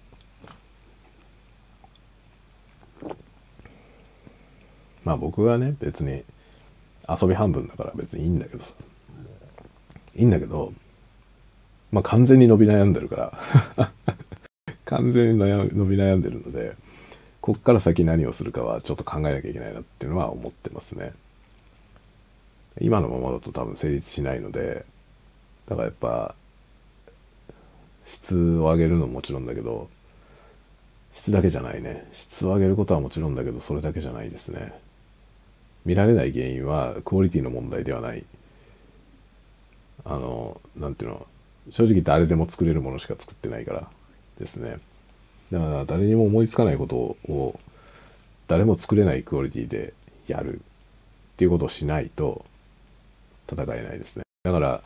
Speaker 1: まあ僕はね別に遊び半分だから別にいいんだけどさ、いいんだけど、まあ完全に伸び悩んでるから完全に伸び悩んでるので、こっから先何をするかはちょっと考えなきゃいけないなっていうのは思ってますね。今のままだと多分成立しないので、だからやっぱ質を上げるのももちろんだけど、質だけじゃないね。質を上げることはもちろんだけど、それだけじゃないですね。見られない原因はクオリティの問題ではない。なんていうの、正直誰でも作れるものしか作ってないからですね。だから誰にも思いつかないことを誰も作れないクオリティでやるっていうことをしないと戦えないですね。だから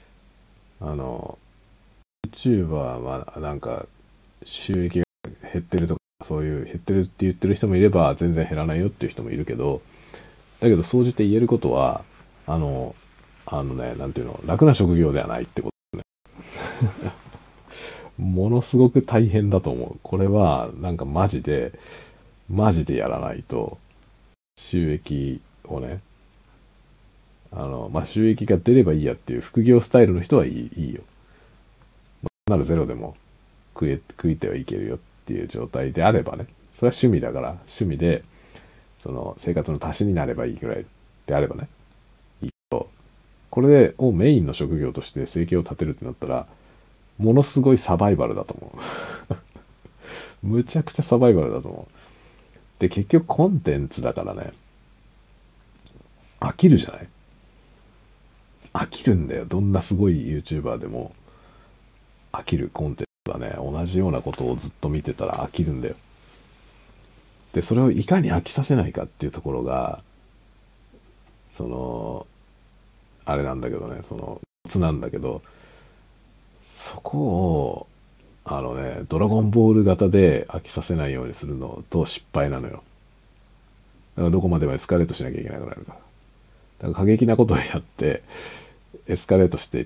Speaker 1: YouTuber はなんか収益が減ってるとか、そういう減ってるって言ってる人もいれば全然減らないよっていう人もいるけど、だけど総じて言えることはね、なんていうの、楽な職業ではないってことですね。ものすごく大変だと思う。これはなんかマジでやらないと収益をね、まあ、収益が出ればいいやっていう副業スタイルの人はいいよ。ならゼロでも食いてはいけるよっていう状態であればね、それは趣味だから、趣味でその生活の足しになればいいぐらいであればね、いいと。これをメインの職業として生計を立てるってなったら、ものすごいサバイバルだと思う。むちゃくちゃサバイバルだと思う。で、結局コンテンツだからね、飽きるじゃない。飽きるんだよ。どんなすごい YouTuber でも飽きるコンテンツはね、同じようなことをずっと見てたら飽きるんだよ。で、それをいかに飽きさせないかっていうところが、その、あれなんだけどね、その、コツなんだけど、そこを、ドラゴンボール型で飽きさせないようにするのと失敗なのよ。だからどこまでもエスカレートしなきゃいけなくなるから。だから過激なことをやって、エスカレートしていって、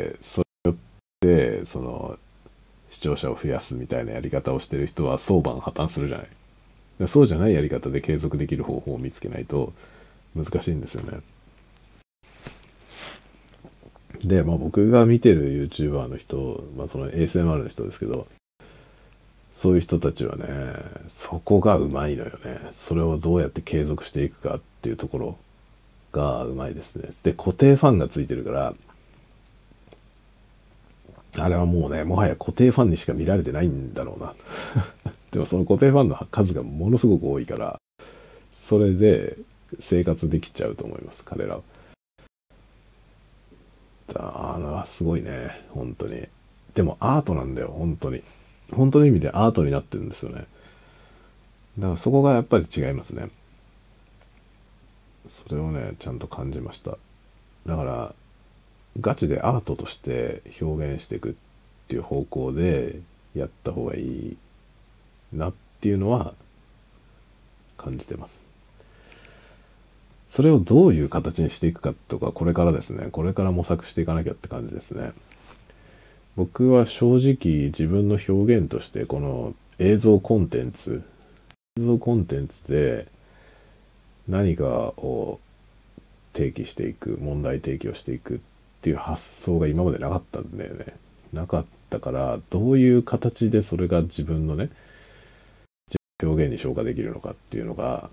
Speaker 1: それによって、その、視聴者を増やすみたいなやり方をしてる人は早晩破綻するじゃない。そうじゃないやり方で継続できる方法を見つけないと難しいんですよね。で、まあ僕が見てる YouTuber の人、まあその ASMR の人ですけど、そういう人たちはね、そこがうまいのよね。それをどうやって継続していくかっていうところがうまいですね。で、固定ファンがついてるから、あれはもうね、もはや固定ファンにしか見られてないんだろうな。でもその固定ファンの数がものすごく多いから、それで生活できちゃうと思います、彼らは。すごいね、本当に。でもアートなんだよ、本当に。本当の意味でアートになってるんですよね。だからそこがやっぱり違いますね。それをね、ちゃんと感じました。だから、ガチでアートとして表現していくっていう方向でやった方がいいなっていうのは感じてます。それをどういう形にしていくかとか、これからですね。これから模索していかなきゃって感じですね。僕は正直自分の表現としてこの映像コンテンツで何かを提起していく、問題提起をしていくっていう発想が今までなかったんだよね。なかったから、どういう形でそれが自分のね、表現に昇華できるのかっていうのが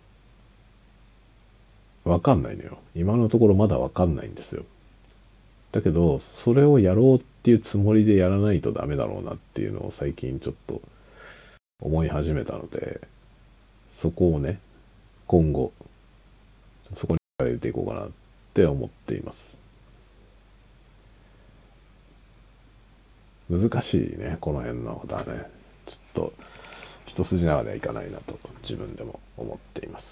Speaker 1: わかんないのよ。今のところまだわかんないんですよ。だけど、それをやろうっていうつもりでやらないとダメだろうなっていうのを最近ちょっと思い始めたので、そこをね、今後、そこに入れていこうかなって思っています。難しいね、この辺のことはね。ちょっと、一筋縄ではいかないなと自分でも思っています。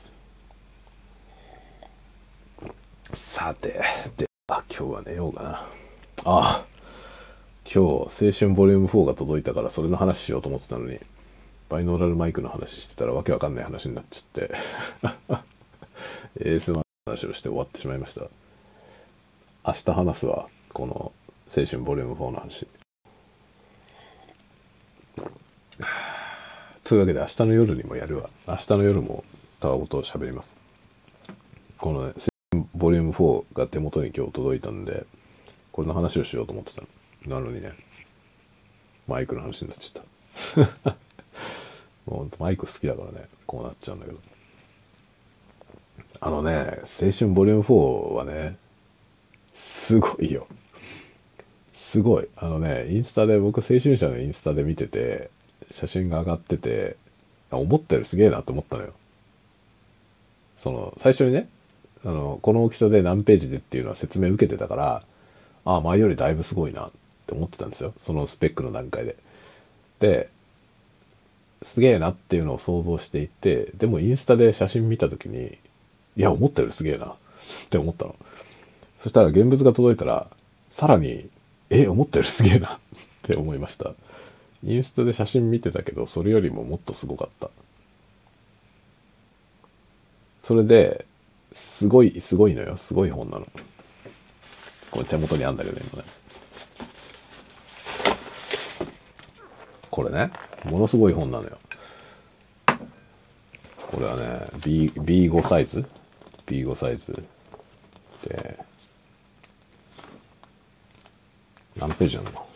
Speaker 1: さて、今日は寝ようかな。今日、青春ボリューム4が届いたからそれの話しようと思ってたのに、バイノーラルマイクの話してたらわけわかんない話になっちゃってASMR の話をして終わってしまいました。明日話すわ、この青春ボリューム4の話。というわけで明日の夜にもやるわ。明日の夜もたわごと喋ります。このね、ボリューム4が手元に今日届いたんで、これの話をしようと思ってたの。なのにね、マイクの話になっちゃった。もうマイク好きだからね、こうなっちゃうんだけど。青春ボリューム4はね、すごいよ。すごい。インスタで、僕、青春社のインスタで見てて、写真が上がってて、思ったよりすげえなと思ったのよ。最初にね、この大きさで何ページでっていうのは説明受けてたから、前よりだいぶすごいなって思ってたんですよ。そのスペックの段階で。で、すげえなっていうのを想像していて、でもインスタで写真見たときに、いや、思ったよりすげえなって思ったの。そしたら現物が届いたら、さらに、思ったよりすげえなって思いました。インスタで写真見てたけど、それよりももっとすごかった。それで、すごいのよ。すごい本なの。これ手元にあんだけどね、今ね。これね、ものすごい本なのよ。これはね、B5 サイズ ?B5 サイズで、何ページなの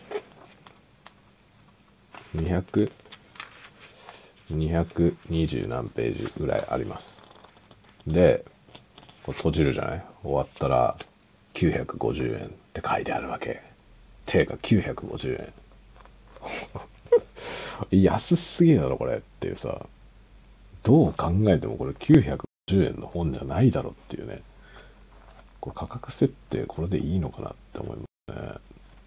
Speaker 1: ?200、220何ページぐらいあります。で、これ閉じるじゃない？終わったら、950円って書いてあるわけ。定価950円。安すぎだろ、これっていうさ。どう考えてもこれ950円の本じゃないだろっていうね。これ価格設定これでいいのかなって思いますね。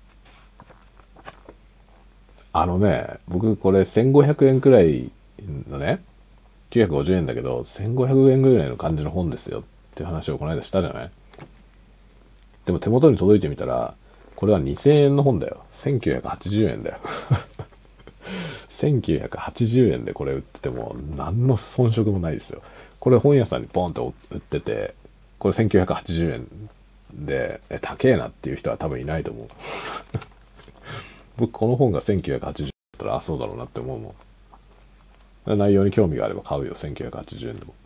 Speaker 1: 僕これ1500円くらいのね、950円だけど、1500円ぐらいの感じの本ですよって話をこの間したじゃない？でも手元に届いてみたら、これは2000円の本だよ。1980円だよ。1980円でこれ売ってても何の遜色もないですよ。これ本屋さんにポンと売ってて、これ1980円で、高えなっていう人は多分いないと思う。僕この本が1980円だったら、そうだろうなって思うもん。内容に興味があれば買うよ、1980円でも。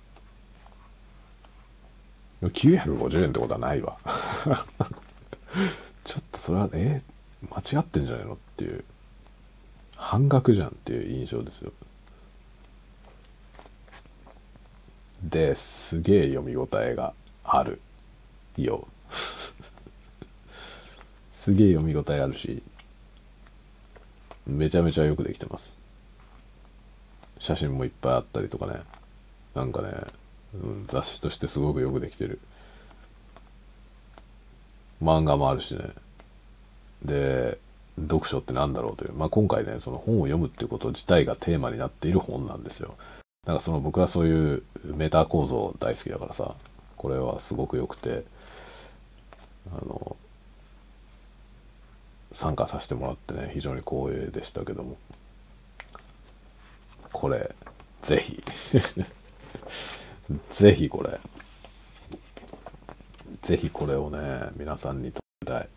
Speaker 1: でも950円ってことはないわ。ちょっとそれは、間違ってんじゃないのっていう。半額じゃんっていう印象ですよ。で、すげえ読み応えがあるよ。すげえ読み応えあるし、めちゃめちゃよくできてます。写真もいっぱいあったりとかね。なんかね、 雑誌としてすごくよくできてる。漫画もあるしね。で、読書ってなんだろうという、今回ね、その本を読むっていうこと自体がテーマになっている本なんですよ。なんか僕はそういうメタ構造大好きだからさ、これはすごく良くて、あの参加させてもらってね、非常に光栄でしたけども、これぜひぜひこれをね、皆さんに届けたい。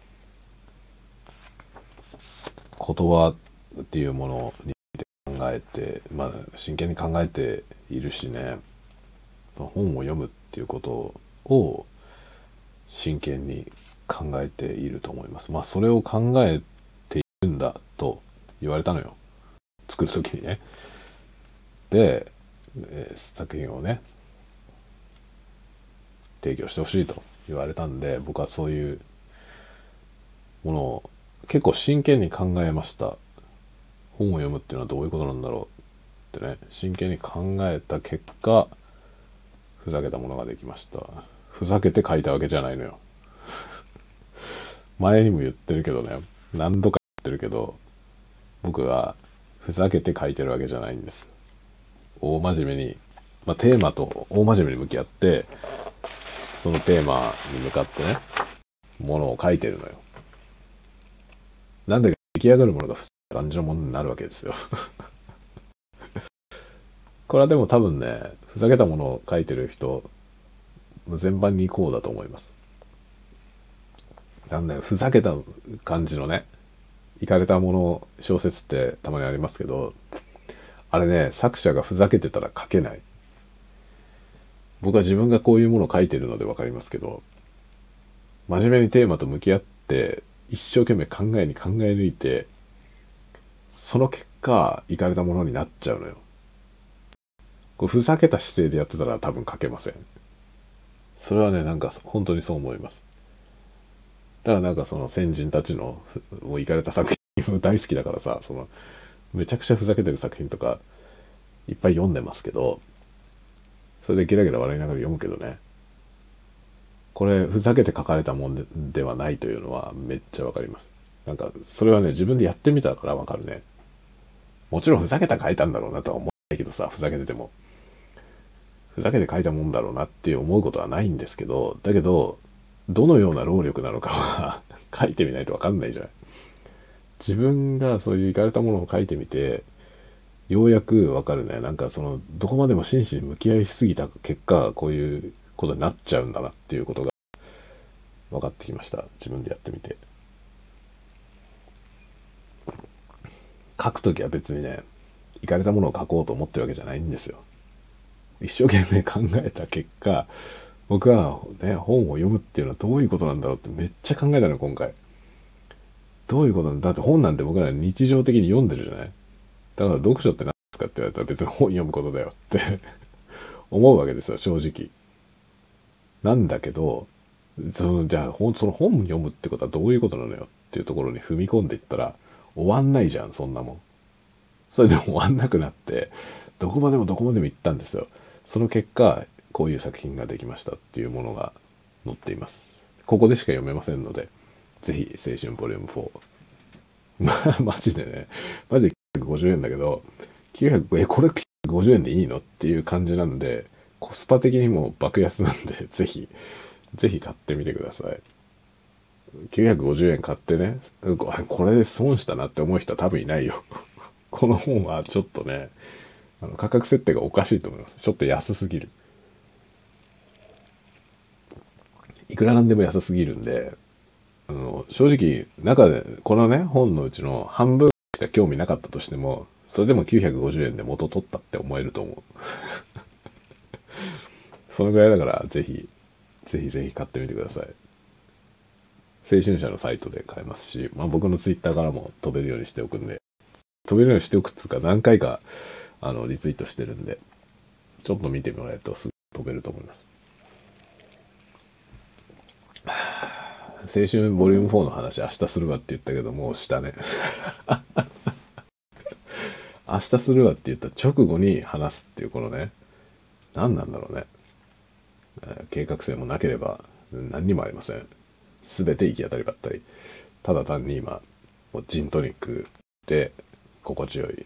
Speaker 1: 言葉っていうものに考えて、真剣に考えているしね、本を読むっていうことを真剣に考えていると思います。それを考えているんだと言われたのよ、作る時にね。で、作品をね提供してほしいと言われたんで、僕はそういうものを結構真剣に考えました。本を読むっていうのはどういうことなんだろうってね、真剣に考えた結果、ふざけたものができました。ふざけて書いたわけじゃないのよ。前にも言ってるけどね、何度か言ってるけど、僕はふざけて書いてるわけじゃないんです。大真面目に、テーマと大真面目に向き合って、そのテーマに向かってね、ものを書いてるのよ。なんで出来上がるものが感じのものになるわけですよ。これはでも多分ね、ふざけたものを書いてる人、全般にこうだと思います。なんで、ふざけた感じのね、いかれたもの、小説ってたまにありますけど、あれね、作者がふざけてたら書けない。僕は自分がこういうものを書いてるのでわかりますけど、真面目にテーマと向き合って、一生懸命考え抜いて、その結果、いかれたものになっちゃうのよ。これふざけた姿勢でやってたら多分書けません。それはね、なんか本当にそう思います。だからなんかその先人たちのいかれた作品も大好きだからさ、めちゃくちゃふざけてる作品とかいっぱい読んでますけど、それでゲラゲラ笑いながら読むけどね、これふざけて書かれたもんではないというのはめっちゃわかります。なんかそれはね、自分でやってみたからわかるね。もちろんふざけた書いたんだろうなとは思わないけどさ、ふざけててもふざけて書いたもんだろうなって思うことはないんですけど、だけどどのような労力なのかは書いてみないとわかんないじゃない。自分がそういういかれたものを書いてみて、ようやくわかるね。なんかどこまでも真摯に向き合いすぎた結果、こういうことになっちゃうんだなっていうことが分かってきました。自分でやってみて。書くときは別にね、いかれたものを書こうと思ってるわけじゃないんですよ。一生懸命考えた結果、僕はね、本を読むっていうのはどういうことなんだろうってめっちゃ考えたの、今回。どういうことなんだって、本なんて僕ら日常的に読んでるじゃない。だから読書って何ですかって言われたら別に本読むことだよって思うわけですよ、正直。なんだけど、じゃあその本読むってことはどういうことなのよっていうところに踏み込んでいったら終わんないじゃん、そんなもん。それでも終わんなくなって、どこまでもどこまでも行ったんですよ。その結果、こういう作品ができましたっていうものが載っています。ここでしか読めませんので、ぜひ青春ボリューム4。マジでね、マジで950円だけど、これ950円でいいのっていう感じなんで、コスパ的にも爆安なんで、ぜひ買ってみてください。950円買ってね、これで損したなって思う人は多分いないよ。この本はちょっとね、価格設定がおかしいと思います。ちょっと安すぎる。いくらなんでも安すぎるんで、正直、中で、このね、本のうちの半分しか興味なかったとしても、それでも950円で元取ったって思えると思う。そのぐらいだから、ぜひ買ってみてください。青春社のサイトで買えますし、僕のツイッターからも飛べるようにしておくんで、飛べるようにしておくっつうか何回か、リツイートしてるんで、ちょっと見てもらえるとすぐ飛べると思います。青春ボリューム4の話明日するわって言ったけど、もうしたね。明日するわって言った直後に話すっていうこのね、 何なんだろうね。計画性もなければ何にもありません。全て行き当たりばったり。ただ単に今もうジントニックで心地よい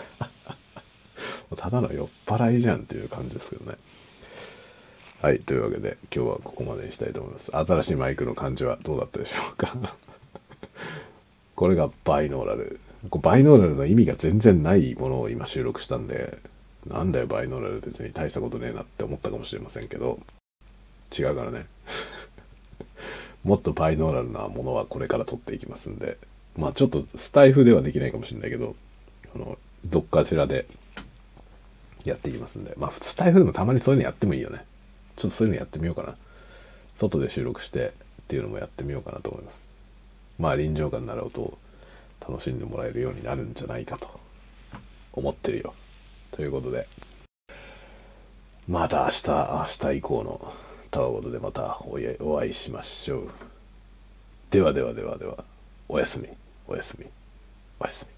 Speaker 1: ただの酔っ払いじゃんっていう感じですけどね。はい、というわけで今日はここまでにしたいと思います。新しいマイクの感じはどうだったでしょうかこれがバイノーラル。バイノーラルの意味が全然ないものを今収録したんで、なんだよバイノーラル、別に大したことねえなって思ったかもしれませんけど、違うからねもっとバイノーラルなものはこれから撮っていきますんで、まあちょっとスタイフではできないかもしれないけど、どっかしらでやっていきますんで、まあスタイフでもたまにそういうのやってもいいよね。ちょっとそういうのやってみようかな。外で収録してっていうのもやってみようかなと思います。まあ臨場感のある音を楽しんでもらえるようになるんじゃないかと思ってるよ。ということで、また明日以降のタワゴトでまたお会いしましょう。では、おやすみ、おやすみ、おやすみ。